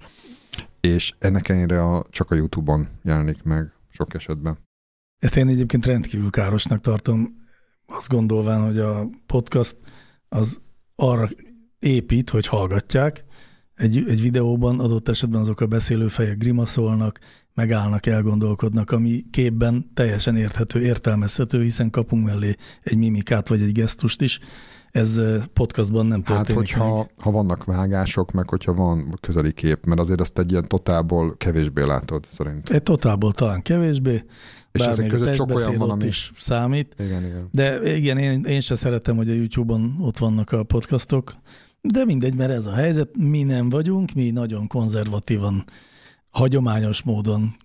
és ennek ellenére a, csak a YouTube-on jelenik meg sok esetben. Ezt én egyébként rendkívül károsnak tartom, azt gondolván, hogy a podcast az arra épít, hogy hallgatják. Egy, egy videóban adott esetben azok a beszélőfejek grimaszolnak, megállnak, elgondolkodnak, ami képben teljesen érthető, értelmezhető, hiszen kapunk mellé egy mimikát vagy egy gesztust is. Ez podcastban nem történik. Hát, hogyha ha vannak vágások, meg hogyha van közeli kép, mert azért ezt egy ilyen totálból kevésbé látod, szerintem. Egy totálból talán kevésbé, és bár ezek még a között sok olyan van, ami is számít. Igen, igen. De igen, én, én se szeretem, hogy a YouTube-on ott vannak a podcastok, de mindegy, mert ez a helyzet, mi nem vagyunk, mi nagyon konzervatívan, hagyományos módon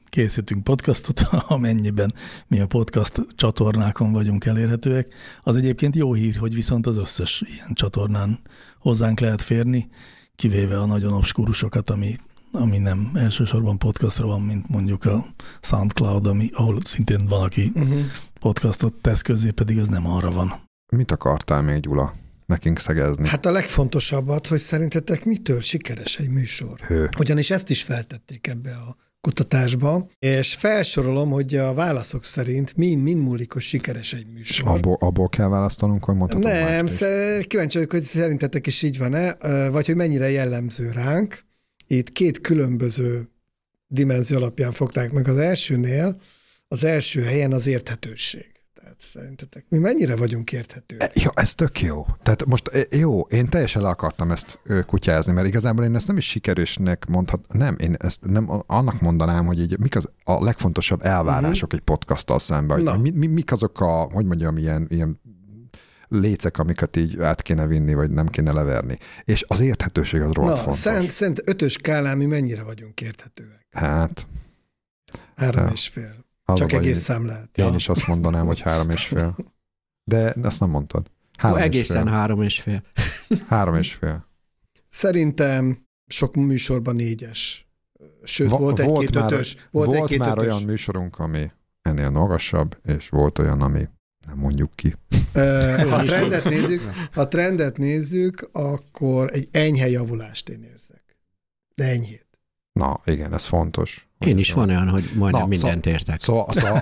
készítünk podcastot, amennyiben mi a podcast csatornákon vagyunk elérhetőek. Az egyébként jó hír, hogy viszont az összes ilyen csatornán hozzánk lehet férni, kivéve a nagyon obskurusokat, ami, ami nem elsősorban podcastra van, mint mondjuk a SoundCloud, ami, ahol szintén van, aki uh-huh. podcastot tesz közé, pedig az nem arra van. Mit akartál még, Gyula, nekünk szegezni? Hát a legfontosabbat, hogy szerintetek mitől sikeres egy műsor? Hő. Ugyanis ezt is feltették ebbe a kutatásba, és felsorolom, hogy a válaszok szerint mind, mind múlik, hogy sikeres egy műsor. És abból, abból kell választanunk, hogy mondhatom Nem, kíváncsi vagyok, hogy szerintetek is így van-e, vagy hogy mennyire jellemző ránk. Itt két különböző dimenzió alapján fogták meg. Az elsőnél, az első helyen az érthetőség. Tehát szerintetek mi mennyire vagyunk érthetőek? Ja, ez tök jó. Tehát most jó, én teljesen le akartam ezt kutyázni, mert igazából én ezt nem is sikerősnek mondhat, nem, én ezt nem annak mondanám, hogy így, mik az a legfontosabb elvárások uh-huh. egy podcasttal szemben, hogy mi, mi, mik azok a, hogy mondjam, ilyen, ilyen lécek, amiket így át kéne vinni, vagy nem kéne leverni. És az érthetőség az rohadt fontos. Szent, szent ötös skálán mi mennyire vagyunk érthetőek? Hát. Három ja. és fél. Csak egész szám lehet. Én ja. is azt mondanám, hogy három és fél. De ezt nem mondtad. Három egészen fél. három és fél. Három és fél. Szerintem sok műsorban négyes. Sőt, Va- volt egy-két ötös. Volt, volt egy már ötös. Olyan műsorunk, ami ennél magasabb, és volt olyan, ami nem mondjuk ki. Ha a trendet nézzük, ha a trendet nézzük, akkor egy enyhe javulást én érzek. De enyhét. Na, igen, ez fontos. Én is van olyan, hogy majdnem na, mindent szó, értek. Szóval, szóval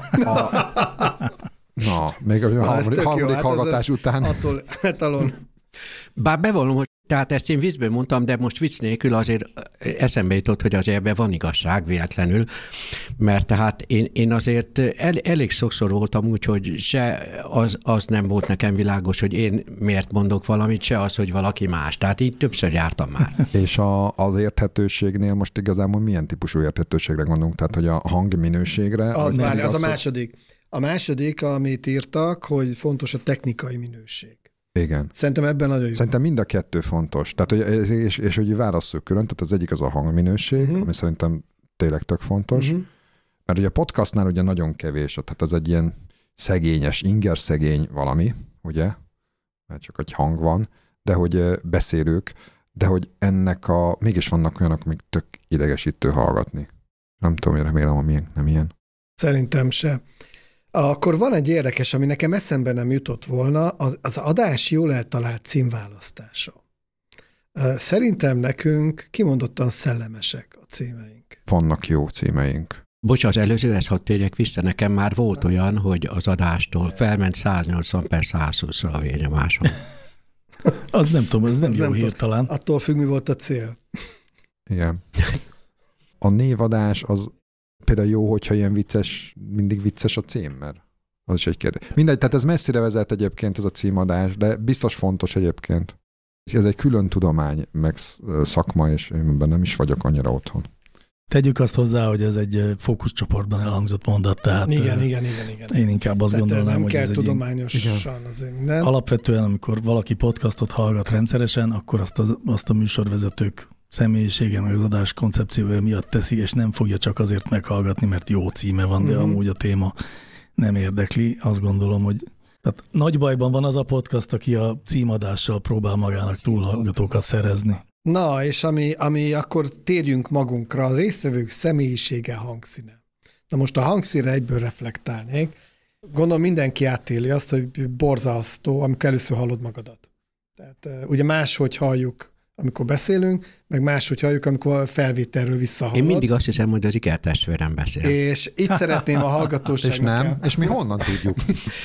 a, na, még a na, harmadik, harmadik jó, hallgatás hát után. Attól etalon. Bár bevallom, hogy tehát ezt én viccben mondtam, de most vicc nélkül azért eszembe jutott, hogy azért ebben van igazság véletlenül, mert tehát én, én azért el, elég sokszor voltam úgy, hogy se az, az nem volt nekem világos, hogy én miért mondok valamit, se az, hogy valaki más. Tehát így többször jártam már. És a, az érthetőségnél most igazából milyen típusú érthetőségre gondolunk? Tehát, hogy a hangminőségre? Az, várj, az, az a második. A második, amit írtak, hogy fontos a technikai minőség. Igen. Szerintem ebben nagyon jó. Szerintem mind a kettő fontos. Tehát, hogy, és, és hogy válasszuk külön, tehát az egyik az a hangminőség, uh-huh. ami szerintem tényleg tök fontos, uh-huh. mert ugye a podcastnál ugye nagyon kevés, tehát az egy ilyen szegényes, inger szegény valami, ugye, mert csak egy hang van, de hogy beszélők, de hogy ennek a, mégis vannak olyanok, amik tök idegesítő hallgatni. Nem tudom, én remélem, hogy milyen, nem ilyen. Szerintem se. Akkor van egy érdekes, ami nekem eszembe nem jutott volna, az, az adás jól eltalált címválasztása. Szerintem nekünk kimondottan szellemesek a címeink. Vannak jó címeink. Bocs, az előzőhez, hadd térjek vissza, nekem már volt olyan, hogy az adástól felment száznyolcvan per százhúszra a vérnyomásom. Az nem tudom, ez nem az jó nem hír tudom. talán. Attól függ, mi volt a cél. Igen. A névadás az például jó, hogyha ilyen vicces, mindig vicces a cím, mert az is egy kérdés. Mindegy, tehát ez messzire vezet egyébként ez a címadás, de biztos fontos egyébként. Ez egy külön tudomány, meg szakma, és én ebben nem is vagyok annyira otthon. Tegyük azt hozzá, hogy ez egy fókuszcsoportban elhangzott mondat, tehát igen, igen, igen, igen. Én inkább azt tehát gondolnám, hogy ez egy tudományosan azért minden. Alapvetően, amikor valaki podcastot hallgat rendszeresen, akkor azt, az, azt a műsorvezetők személyisége, meg az adás koncepciója miatt teszi, és nem fogja csak azért meghallgatni, mert jó címe van, mm-hmm. de amúgy a téma nem érdekli. Azt gondolom, hogy tehát nagy bajban van az a podcast, aki a címadással próbál magának túlhallgatókat szerezni. Na, és ami, ami akkor térjünk magunkra, a résztvevők személyisége, hangszíne. Na most a hangszínre egyből reflektálnék. Gondolom mindenki átéli azt, hogy borzasztó, amikor először hallod magadat. Tehát ugye máshogy halljuk, amikor beszélünk, meg máshogy halljuk, amikor felvételről visszahallod. Én mindig azt hiszem, hogy az ikertestvérem beszél. És itt szeretném a hallgatóságnak... És nem? El... És mi honnan tudjuk?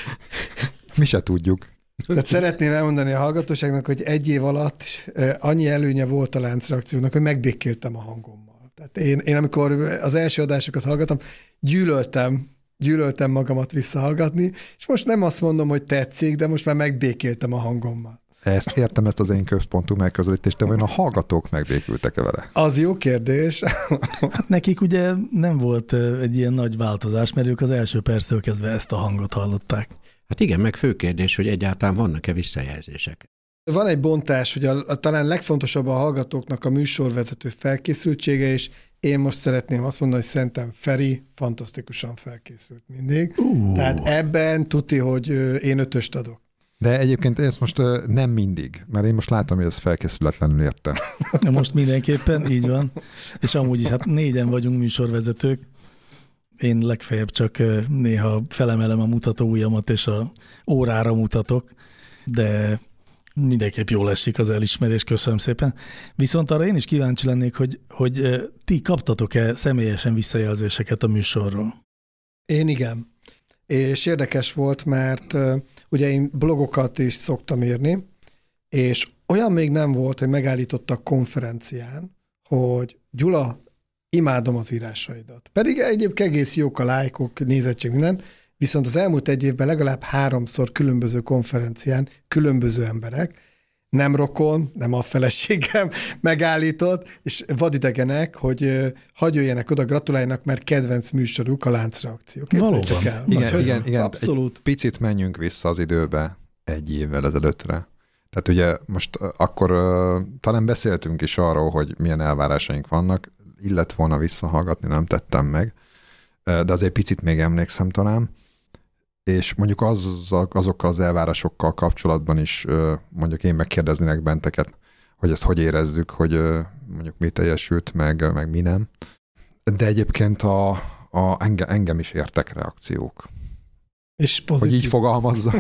Mi se tudjuk. Tehát szeretném elmondani a hallgatóságnak, hogy egy év alatt annyi előnye volt a láncreakciónak, hogy megbékéltem a hangommal. Tehát én, én amikor az első adásokat hallgatom, gyűlöltem, gyűlöltem magamat visszahallgatni, és most nem azt mondom, hogy tetszik, de most már megbékéltem a hangommal. Ezt értem, ezt az én központú megközelítést, de vajon a hallgatók megbékültek-e vele? Az jó kérdés. Hát nekik ugye nem volt egy ilyen nagy változás, mert ők az első perctől kezdve ezt a hangot hallották. Hát igen, meg fő kérdés, hogy egyáltalán vannak-e visszajelzések. Van egy bontás, hogy a, a talán legfontosabb a hallgatóknak a műsorvezető felkészültsége és Én most szeretném azt mondani, hogy szerintem Feri fantasztikusan felkészült mindig. Uh. Tehát ebben tuti, hogy én ötöst adok. De egyébként ezt most nem mindig, mert én most látom, hogy ez felkészületlenül érte. De most mindenképpen, így van. És amúgy is, hát négyen vagyunk műsorvezetők. Én legfeljebb csak néha felemelem a mutatóujjamat, és a órára mutatok, de mindenképp jól esik az elismerés, köszönöm szépen. Viszont arra én is kíváncsi lennék, hogy, hogy ti kaptatok-e személyesen visszajelzéseket a műsorról? Én igen. És érdekes volt, mert ugye én blogokat is szoktam írni, és olyan még nem volt, hogy megállítottak konferencián, hogy Gyula, imádom az írásaidat. Pedig egyébként egész jók a lájkok, nézettség, minden, viszont az elmúlt egy évben legalább háromszor különböző konferencián különböző emberek, nem rokon, nem a feleségem megállított, és vadidegenek, hogy hadd jöjjenek oda, gratuláljanak, mert kedvenc műsoruk a láncreakció. Képzeljétek el. Igen, Vagy, igen, igen. Abszolút. Egy picit menjünk vissza az időbe egy évvel ezelőttre. Tehát ugye most akkor uh, talán beszéltünk is arról, hogy milyen elvárásaink vannak, illet volna visszahallgatni, nem tettem meg, uh, de azért picit még emlékszem talán, és mondjuk az, azokkal az elvárásokkal kapcsolatban is uh, mondjuk én megkérdeznének benteket, hogy ezt hogy érezzük, hogy uh, mondjuk mi teljesült, meg, meg mi nem. De egyébként a, a engem, engem is értek reakciók. És pozitív. Hogy így fogalmazza.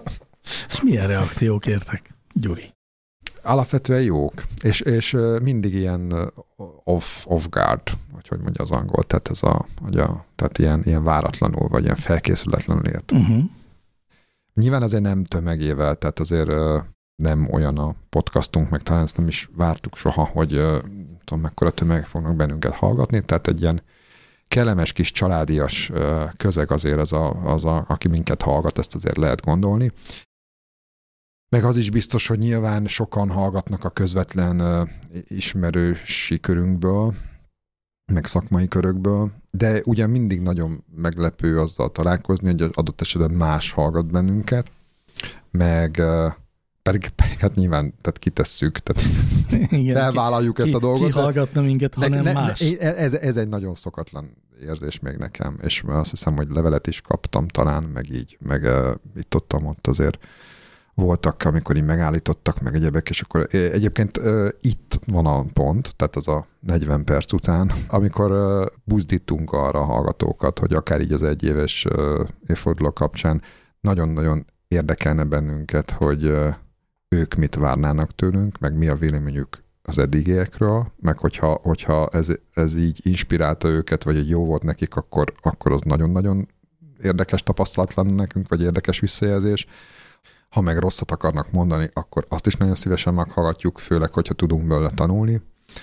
És milyen reakciók értek, Gyuri? Alapvetően jók, és, és mindig ilyen off, off guard, vagy hogy mondja az angol, tehát, ez a, hogy a, tehát ilyen, ilyen váratlanul, vagy ilyen felkészületlenül ért. Uh-huh. Nyilván azért nem tömegével, tehát azért nem olyan a podcastunk, meg talán ezt nem is vártuk soha, hogy tudom, mekkora tömegek fognak bennünket hallgatni, tehát egy ilyen kellemes kis családias közeg azért az, a, az a, aki minket hallgat, ezt azért lehet gondolni. Meg az is biztos, hogy nyilván sokan hallgatnak a közvetlen uh, ismerősi körünkből, meg szakmai körökből, de ugye mindig nagyon meglepő azzal találkozni, hogy adott esetben más hallgat bennünket, meg uh, pedig, pedig hát nyilván tehát kitesszük, tehát igen, felvállaljuk ki, ezt a dolgot. Ki hallgatna minket, ha nem más. Ne, ez, ez egy nagyon szokatlan érzés még nekem, és azt hiszem, hogy levelet is kaptam talán, meg így, meg uh, itt ottam ott azért voltak, amikor így megállítottak, meg egyebek, és akkor egyébként uh, itt van a pont, tehát az a negyven perc után, amikor uh, buzdítunk arra a hallgatókat, hogy akár így az egyéves uh, évforduló kapcsán nagyon-nagyon érdekelne bennünket, hogy uh, ők mit várnának tőlünk, meg mi a véleményük az eddigiekről, meg hogyha, hogyha ez, ez így inspirálta őket, vagy egy jó volt nekik, akkor, akkor az nagyon-nagyon érdekes tapasztalat lenne nekünk, vagy érdekes visszajelzés. Ha meg rosszat akarnak mondani, akkor azt is nagyon szívesen meghallgatjuk, főleg, hogyha tudunk belőle tanulni,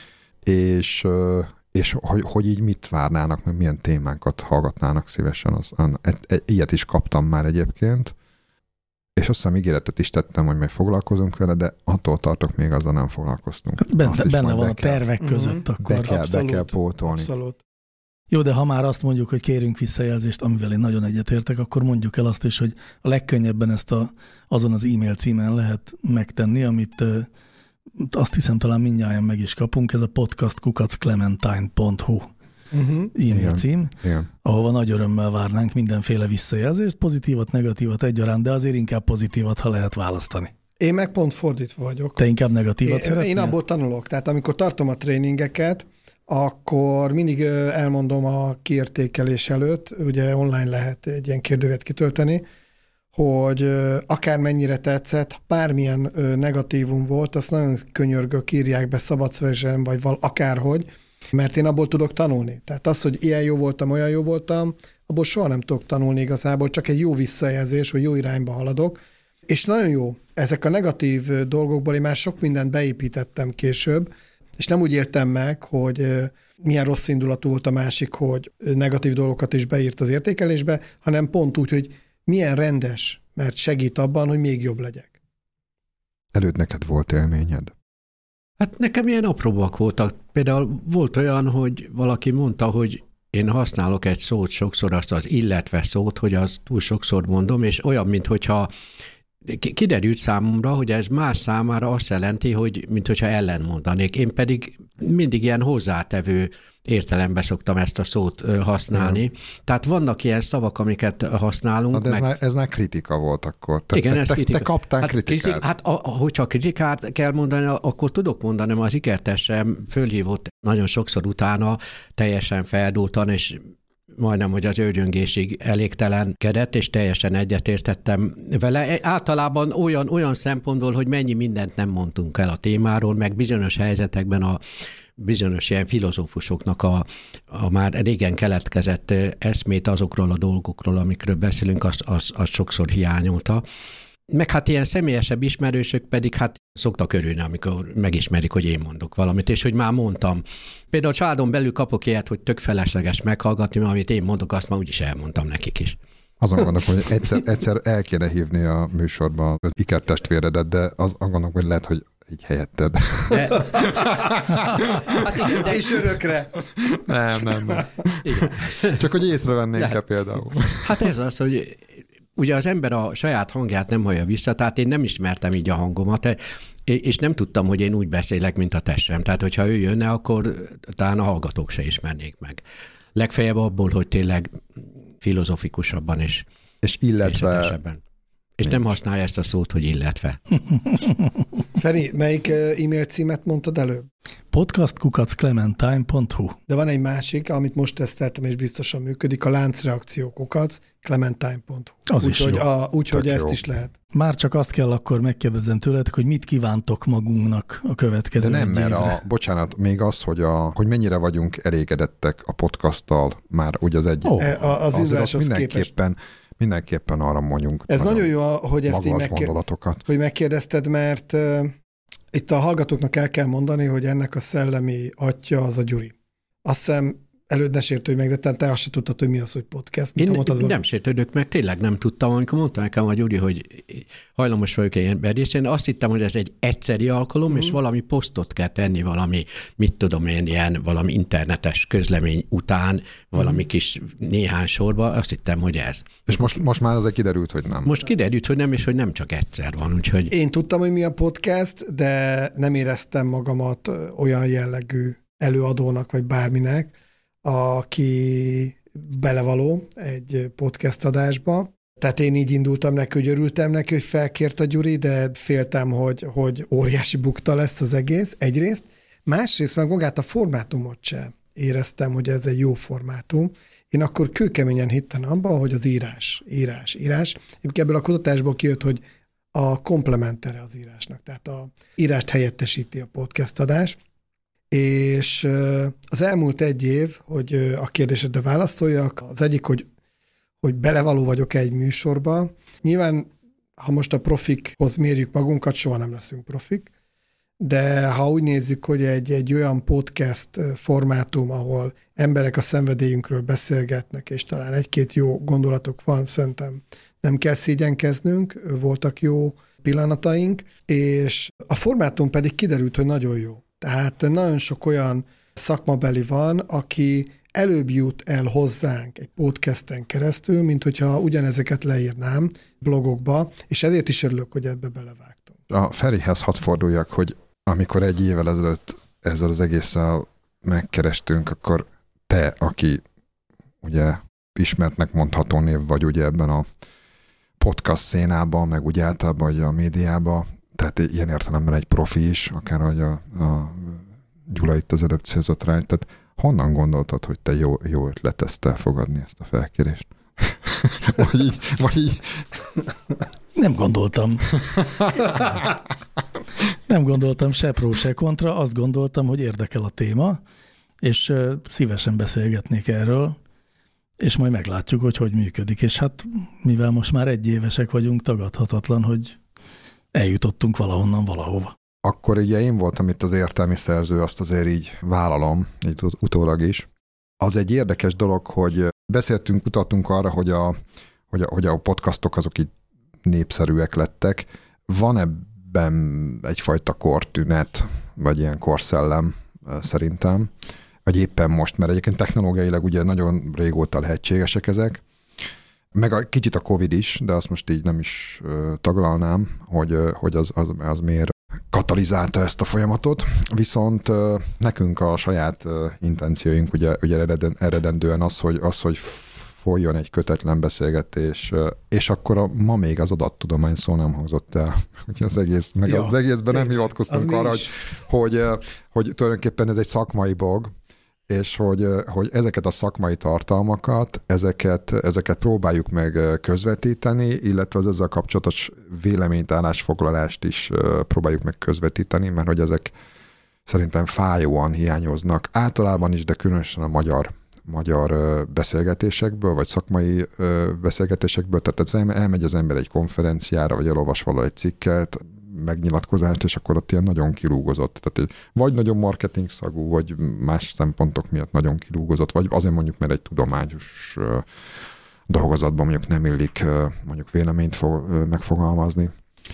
és, és hogy, hogy így mit várnának, meg milyen témákat hallgatnának szívesen. Az, egy, egy, ilyet is kaptam már egyébként, és azt hiszem ígéretet is tettem, hogy meg foglalkozunk vele, de attól tartok, még azzal nem foglalkoztunk. Hát benne benne van a tervek között, uh-huh. akkor be kell, abszolút, be kell pótolni. Abszolút. Jó, de ha már azt mondjuk, hogy kérünk visszajelzést, amivel én nagyon egyetértek, akkor mondjuk el azt is, hogy a legkönnyebben ezt a, azon az e-mail címen lehet megtenni, amit uh, azt hiszem talán mindnyájan meg is kapunk, ez a podcast kukac clementine pont hu uh-huh. e-mail Igen. cím, Igen. ahova nagy örömmel várnánk mindenféle visszajelzést, pozitívat, negatívat egyaránt, de azért inkább pozitívat, ha lehet választani. Én meg pont fordítva vagyok. Te inkább negatívat én, szeretnél? Én abból tanulok, tehát amikor tartom a tréningeket, akkor mindig elmondom a kiértékelés előtt, ugye online lehet egy ilyen kérdővet kitölteni, hogy akár mennyire tetszett, bármilyen negatívum volt, azt nagyon könyörgök, írják be szabadszövegesen, vagy val, akárhogy, mert én abból tudok tanulni. Tehát az, hogy ilyen jó voltam, olyan jó voltam, abból soha nem tudok tanulni igazából, csak egy jó visszajelzés, hogy jó irányba haladok. És nagyon jó, ezek a negatív dolgokból én már sok mindent beépítettem később, és nem úgy éltem meg, hogy milyen rossz indulatú volt a másik, hogy negatív dolgokat is beírt az értékelésbe, hanem pont úgy, hogy milyen rendes, mert segít abban, hogy még jobb legyek. Előtt neked volt élményed? Hát nekem ilyen apróbbak voltak. Például volt olyan, hogy valaki mondta, hogy én használok egy szót sokszor, azt az illetve szót, hogy az túl sokszor mondom, és olyan, minthogyha kiderült számomra, hogy ez más számára azt jelenti, hogy minthogyha ellentmondanék. Én pedig mindig ilyen hozzátevő értelemben szoktam ezt a szót használni. Ja. Tehát vannak ilyen szavak, amiket használunk. Na de ez, meg... már, ez már kritika volt akkor. Te, Igen, te, ez te, kritika. te kaptál hát, kritikát. Kritik, hát a, hogyha kritikát kell mondani, akkor tudok mondani, mert az ikertesem fölhívott nagyon sokszor utána, teljesen feldúltan, és majdnem, hogy az őrjöngésig elégtelenkedett, és teljesen egyetértettem vele. Általában olyan, olyan szempontból, hogy mennyi mindent nem mondtunk el a témáról, meg bizonyos helyzetekben a bizonyos ilyen filozófusoknak a, a már régen keletkezett eszmét azokról a dolgokról, amikről beszélünk, az, az, az sokszor hiányolta. Meg hát ilyen személyesebb ismerősök pedig hát szoktak örülni, amikor megismerik, hogy én mondok valamit, és hogy már mondtam. Például a családon belül kapok ilyet, hogy tök felesleges meghallgatni, mert amit én mondok, azt már úgyis elmondtam nekik is. Azon gondolok, hogy egyszer, egyszer el kéne hívni a műsorban az ikertestvéredet, de az gondolok, hogy lehet, hogy így helyetted. De... hát igen, de is örökre. Nem, nem, nem. Igen. Csak hogy észrevennénk-e például. Hát ez az, hogy ugye az ember a saját hangját nem hallja vissza, tehát én nem ismertem így a hangomat, és nem tudtam, hogy én úgy beszélek, mint a testem. Tehát, hogyha ő jönne, akkor talán a hallgatók se ismernék meg. Legfeljebb abból, hogy tényleg filozofikusabban és, és illetve... És nincs. Nem használja ezt a szót, hogy illetve. Feri, melyik e-mail címet mondtad előbb? podcast kukac clementine pont hu. De van egy másik, amit most teszteltem, és biztosan működik, a láncreakció kukac clementine pont hu. Az úgy, is hogy jó. A, úgyhogy ezt jó. is lehet. Már csak azt kell akkor megkérdezzem tőletek, hogy mit kívántok magunknak a következő De nem, egy mert évre. a, bocsánat, még az, hogy, a, hogy mennyire vagyunk elégedettek a podcasttal, már ugye az egy... Oh. A, az űráshoz mindenképpen, mindenképpen arra mondjunk. Ez nagyon jó, hogy ezt így megkér... hogy megkérdezted, mert uh, itt a hallgatóknak el kell mondani, hogy ennek a szellemi atya az a Gyuri. Azt hiszem, előtt ne sértődj meg, de te azt se tudtad, hogy mi az, hogy podcast. Én mondtad, nem sértődök meg, tényleg nem tudtam, amikor mondta nekem a Gyuri, hogy hajlamos vagyok egy ember, és én azt hittem, hogy ez egy egyszeri alkalom, mm. és valami posztot kell tenni, valami, mit tudom én, ilyen valami internetes közlemény után, valami mm. kis néhány sorba, azt hittem, hogy ez. És most, most már azért kiderült, hogy nem. Most kiderült, hogy nem, és hogy nem csak egyszer van, úgyhogy... Én tudtam, hogy mi a podcast, de nem éreztem magamat olyan jellegű előadónak, vagy bárminek, aki belevaló egy podcast adásba. Tehát én így indultam neki, hogy örültem neki, hogy felkért a Gyuri, de féltem, hogy, hogy óriási bukta lesz az egész, egyrészt. Másrészt meg magát a formátumot sem éreztem, hogy ez egy jó formátum. Én akkor kőkeményen hittem abban, hogy az írás, írás, írás. Ebből a kutatásból kijött, hogy a komplementere az írásnak, tehát a írást helyettesíti a podcast adás. És az elmúlt egy év, hogy a kérdésedre válaszoljak, az egyik, hogy, hogy belevaló vagyok egy műsorba. Nyilván, ha most a profikhoz mérjük magunkat, soha nem leszünk profik, de ha úgy nézzük, hogy egy, egy olyan podcast formátum, ahol emberek a szenvedélyünkről beszélgetnek, és talán egy-két jó gondolatok van, szerintem nem kell szégyenkeznünk, voltak jó pillanataink, és a formátum pedig kiderült, hogy nagyon jó. Tehát nagyon sok olyan szakmabeli van, aki előbb jut el hozzánk egy podcasten keresztül, mint hogyha ugyanezeket leírnám blogokba, és ezért is örülök, hogy ebbe belevágtunk. A Ferihez hadd forduljak, hogy amikor egy évvel ezelőtt ezzel az egésszel megkerestünk, akkor te, aki ugye ismertnek mondható név vagy ugye ebben a podcast szénában, meg úgy általában ugye a médiában, tehát ilyen értelemben egy profi is, akár hogy a, a Gyula itt az előbb célzott rá. Tehát honnan gondoltad, hogy te jó, jó ötlet ezt elfogadni, ezt a felkérést? vagy így, vagy így... Nem gondoltam. Nem gondoltam se pró, se kontra, azt gondoltam, hogy érdekel a téma, és szívesen beszélgetnék erről, és majd meglátjuk, hogy hogy működik. És hát mivel most már egy évesek vagyunk, tagadhatatlan, hogy eljutottunk valahonnan valahova. Akkor ugye én voltam itt az értelmi szerző, azt azért így vállalom, így utólag is. Az egy érdekes dolog, hogy beszéltünk, utaltunk arra, hogy a, hogy a, hogy a podcastok azok így népszerűek lettek. Van ebben egyfajta kortünet, vagy ilyen korszellem szerintem, vagy éppen most, mert egyébként technológiailag ugye nagyon régóta lehetségesek ezek. meg a, kicsit a Covid is, de azt most így nem is uh, taglalnám, hogy, uh, hogy az, az, az miért katalizálta ezt a folyamatot. Viszont uh, nekünk a saját uh, intencióink ugye, ugye eredend, eredendően az, hogy, az, hogy folyjon egy kötetlen beszélgetés, uh, és akkor a, ma még az adattudomány szó nem hangzott el. Az egész, meg ja, az egészben nem hivatkoztunk arra, hogy, hogy, uh, hogy tulajdonképpen ez egy szakmai blog, és hogy, hogy ezeket a szakmai tartalmakat, ezeket, ezeket próbáljuk meg közvetíteni, illetve az ezzel kapcsolatos véleményt, állásfoglalást is próbáljuk meg közvetíteni, mert hogy ezek szerintem fájóan hiányoznak általában is, de különösen a magyar, magyar beszélgetésekből, vagy szakmai beszélgetésekből. Tehát ez elmegy az ember egy konferenciára, vagy elolvas valahogy egy cikket, megnyilatkozást, és akkor ott ilyen nagyon kilúgozott. Tehát vagy nagyon marketing szagú, vagy más szempontok miatt nagyon kilúgozott, vagy azért mondjuk, mert egy tudományos dolgozatban mondjuk nem illik mondjuk véleményt fog, megfogalmazni.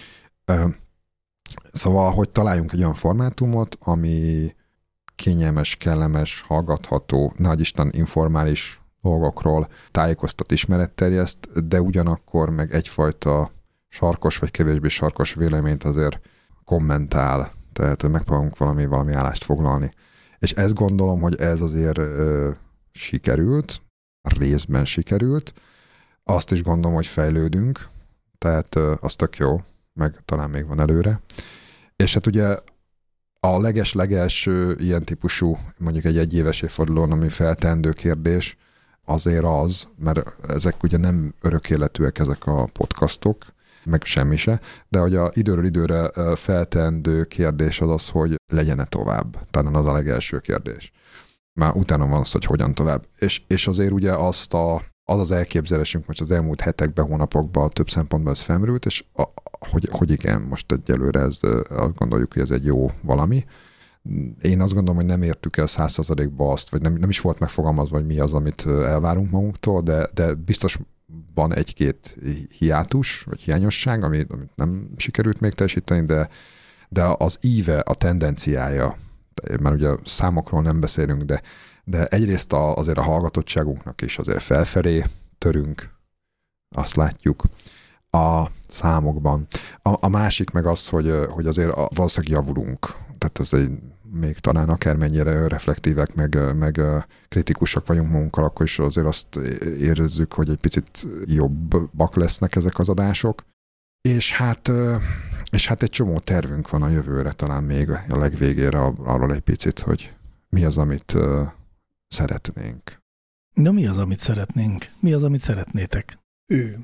Szóval, hogy találjunk egy olyan formátumot, ami kényelmes, kellemes, hallgatható, nagyisten informális dolgokról tájékoztat, ismeretterjeszt, de ugyanakkor meg egyfajta sarkos vagy kevésbé sarkos véleményt azért kommentál, tehát megpróbálunk valami, valami állást foglalni. És ezt gondolom, hogy ez azért ö, sikerült, részben sikerült. Azt is gondolom, hogy fejlődünk, tehát ö, az tök jó, meg talán még van előre. És hát ugye a leges-legelső ilyen típusú, mondjuk egy egyéves évfordulón, ami felteendő kérdés, azért az, mert ezek ugye nem örökéletűek ezek a podcastok, meg semmi se, de hogy a időről időre felteendő kérdés az az, hogy legyen-e tovább. Talán az a legelső kérdés. Már utána van az, hogy hogyan tovább. És, és azért ugye azt a, az az elképzelésünk most az elmúlt hetekben, hónapokban több szempontból ez felmerült, és a, hogy, hogy igen, most egyelőre ez, azt gondoljuk, hogy ez egy jó valami. Én azt gondolom, hogy nem értük el száz százalékba azt, vagy nem, nem is volt megfogalmazva, hogy mi az, amit elvárunk magunktól, de, de biztos van egy-két hiátus, vagy hiányosság, amit, amit nem sikerült még teljesíteni, de, de az íve, a tendenciája, mert ugye számokról nem beszélünk, de, de egyrészt a, azért a hallgatottságunknak is azért felfelé törünk, azt látjuk a számokban. A, a másik meg az, hogy, hogy azért a, valószínűleg javulunk. Tehát ez egy még talán akármennyire reflektívek, meg, meg kritikusak vagyunk magunkkal, akkor is azért azt érezzük, hogy egy picit jobbak lesznek ezek az adások. És hát, és hát egy csomó tervünk van a jövőre, talán még a legvégére arról egy picit, hogy mi az, amit szeretnénk. De mi az, amit szeretnénk? Mi az, amit szeretnétek? Ő.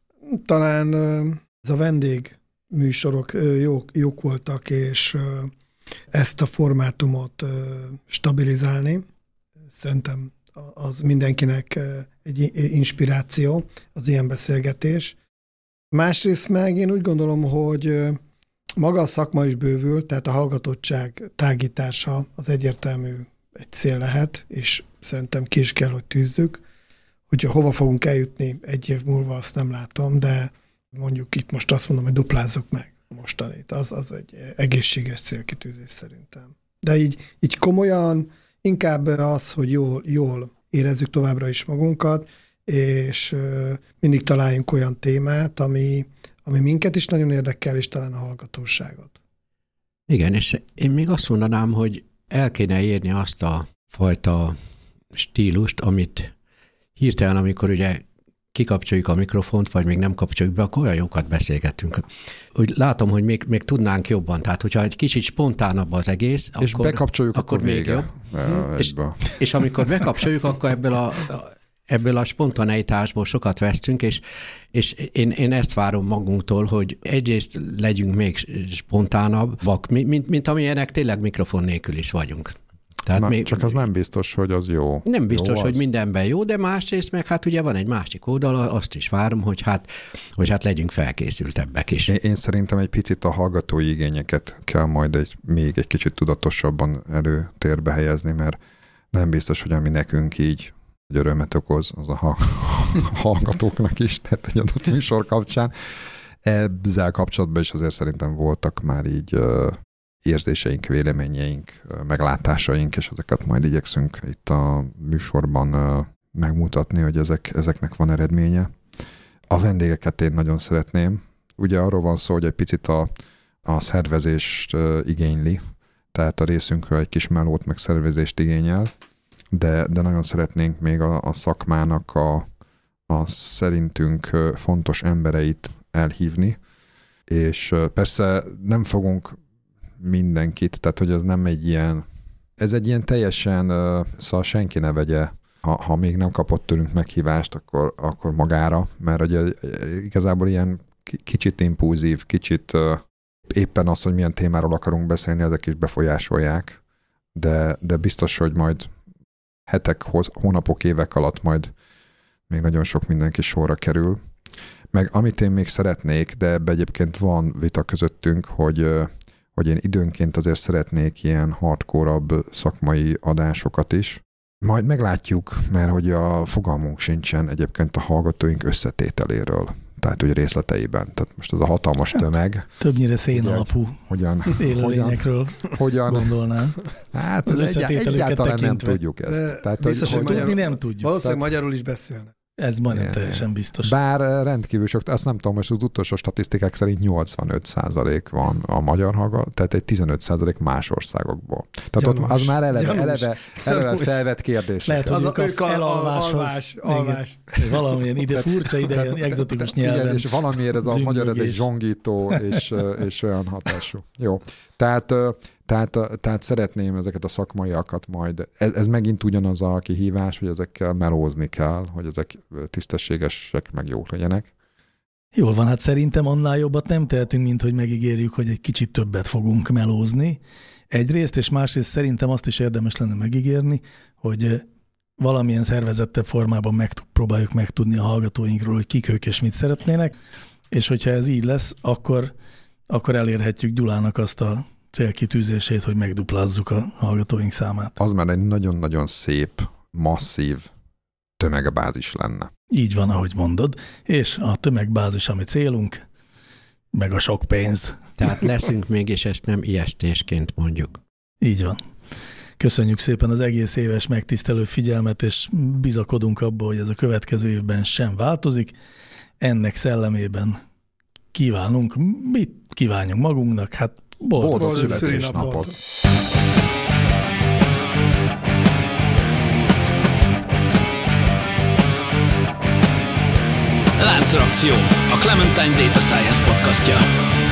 Talán ez a vendég műsorok jók, jók voltak, és ezt a formátumot stabilizálni. Szerintem az mindenkinek egy inspiráció, az ilyen beszélgetés. Másrészt meg én úgy gondolom, hogy maga a szakma is bővül, tehát a hallgatottság tágítása az egyértelmű egy cél lehet, és szerintem ki is kell, hogy tűzzük. Hogy hova fogunk eljutni egy év múlva, azt nem látom, de mondjuk itt most azt mondom, hogy duplázzuk meg a mostanit. Az, az egy egészséges célkitűzés szerintem. De így, így komolyan inkább az, hogy jól, jól érezzük továbbra is magunkat, és mindig találjunk olyan témát, ami, ami minket is nagyon érdekel, és talán a hallgatóságot. Igen, és én még azt mondanám, hogy el kéne érni azt a fajta stílust, amit hirtelen, amikor ugye kikapcsoljuk a mikrofont, vagy még nem kapcsoljuk be, akkor olyan jókat beszélgetünk. Úgy látom, hogy még, még tudnánk jobban. Tehát, hogyha egy kicsit spontánabb az egész, és akkor, bekapcsoljuk, akkor, akkor még jobb. Ja, és, és amikor bekapcsoljuk, akkor ebből a, ebből a spontaneitásból sokat vesztünk, és, és én, én ezt várom magunktól, hogy egyrészt legyünk még spontánabbak, mint, mint amilyenek tényleg mikrofon nélkül is vagyunk. Tehát Na, még, csak az nem biztos, hogy az jó. Nem biztos, jó hogy az. mindenben jó, de másrészt meg hát ugye van egy másik oldala, azt is várom, hogy hát, hogy hát legyünk felkészültebbek is. Én, én szerintem egy picit a hallgatói igényeket kell majd egy, még egy kicsit tudatosabban előtérbe helyezni, mert nem biztos, hogy ami nekünk így hogy örömet okoz, az a hallgatóknak is, tehát egy adott műsor kapcsán. Ezzel kapcsolatban is azért szerintem voltak már így érzéseink, véleményeink, meglátásaink, és ezeket majd igyekszünk itt a műsorban megmutatni, hogy ezek, ezeknek van eredménye. A vendégeket én nagyon szeretném. Ugye arról van szó, hogy egy picit a, a szervezést igényli, tehát a részünkről egy kis melót meg szervezést igényel, de, de nagyon szeretnénk még a, a szakmának a, a szerintünk fontos embereit elhívni, és persze nem fogunk mindenkit, tehát hogy ez nem egy ilyen, ez egy ilyen teljesen, szóval senki ne vegye, ha, ha még nem kapott tőlünk meghívást, akkor, akkor magára, mert ugye igazából ilyen kicsit impulzív, kicsit éppen az, hogy milyen témáról akarunk beszélni, ezek is befolyásolják, de, de biztos, hogy majd hetek, hónapok, évek alatt majd még nagyon sok mindenki sorra kerül. Meg amit én még szeretnék, de ebbe egyébként van vita közöttünk, hogy, hogy én időnként azért szeretnék ilyen hardcore-abb szakmai adásokat is. Majd meglátjuk, mert hogy a fogalmunk sincsen egyébként a hallgatóink összetételéről. Tehát ugye részleteiben. Tehát most ez a hatalmas tömeg. Hát, többnyire szén alapú hogyan, élőlényekről hogyan, gondolnám. Hát ez egy, egyáltalán nem tudjuk ezt. Tehát, biztos, hogy, hogy tudni nem tudjuk. Valószínűleg Tehát, magyarul is beszélnek. Ez majdnem yeah, teljesen biztos. Bár rendkívül sok, azt nem tudom, most az utolsó statisztikák szerint nyolcvanöt százalék van a magyar hallgató, tehát egy tizenöt százalék más országokból. Tehát gyanús, ott az már eleve, eleve, eleve felvett kérdés. Lehet, hogy az ők a elalváshoz. Alvás, alvás. Valamilyen ide furcsa, ide ilyen egzotikus nyelven. Igen, és valamiért ez a magyar, ez egy zsongító és, és olyan hatású. Jó. Tehát, tehát, tehát szeretném ezeket a szakmaiakat majd, ez, ez megint ugyanaz a kihívás, hogy ezekkel melózni kell, hogy ezek tisztességesek, meg jók legyenek. Jól van, hát szerintem annál jobbat nem tehetünk, mint hogy megígérjük, hogy egy kicsit többet fogunk melózni. Egyrészt, és másrészt szerintem azt is érdemes lenne megígérni, hogy valamilyen szervezettebb formában megpróbáljuk megtudni a hallgatóinkról, hogy kik ők és mit szeretnének, és hogyha ez így lesz, akkor, akkor elérhetjük Gyulának azt a célkitűzését, hogy megduplázzuk a hallgatóink számát. Az már egy nagyon-nagyon szép, masszív tömegbázis lenne. Így van, ahogy mondod, és a tömegbázis, ami célunk, meg a sok pénz. Tehát leszünk még, és ezt nem ijesztésként mondjuk. Így van. Köszönjük szépen az egész éves megtisztelő figyelmet, és bizakodunk abba, hogy ez a következő évben sem változik. Ennek szellemében kívánunk, mit kívánjunk magunknak? Hát boldog, boldog születésnapot! Láncreakció, a Clementine Data Science podcastja.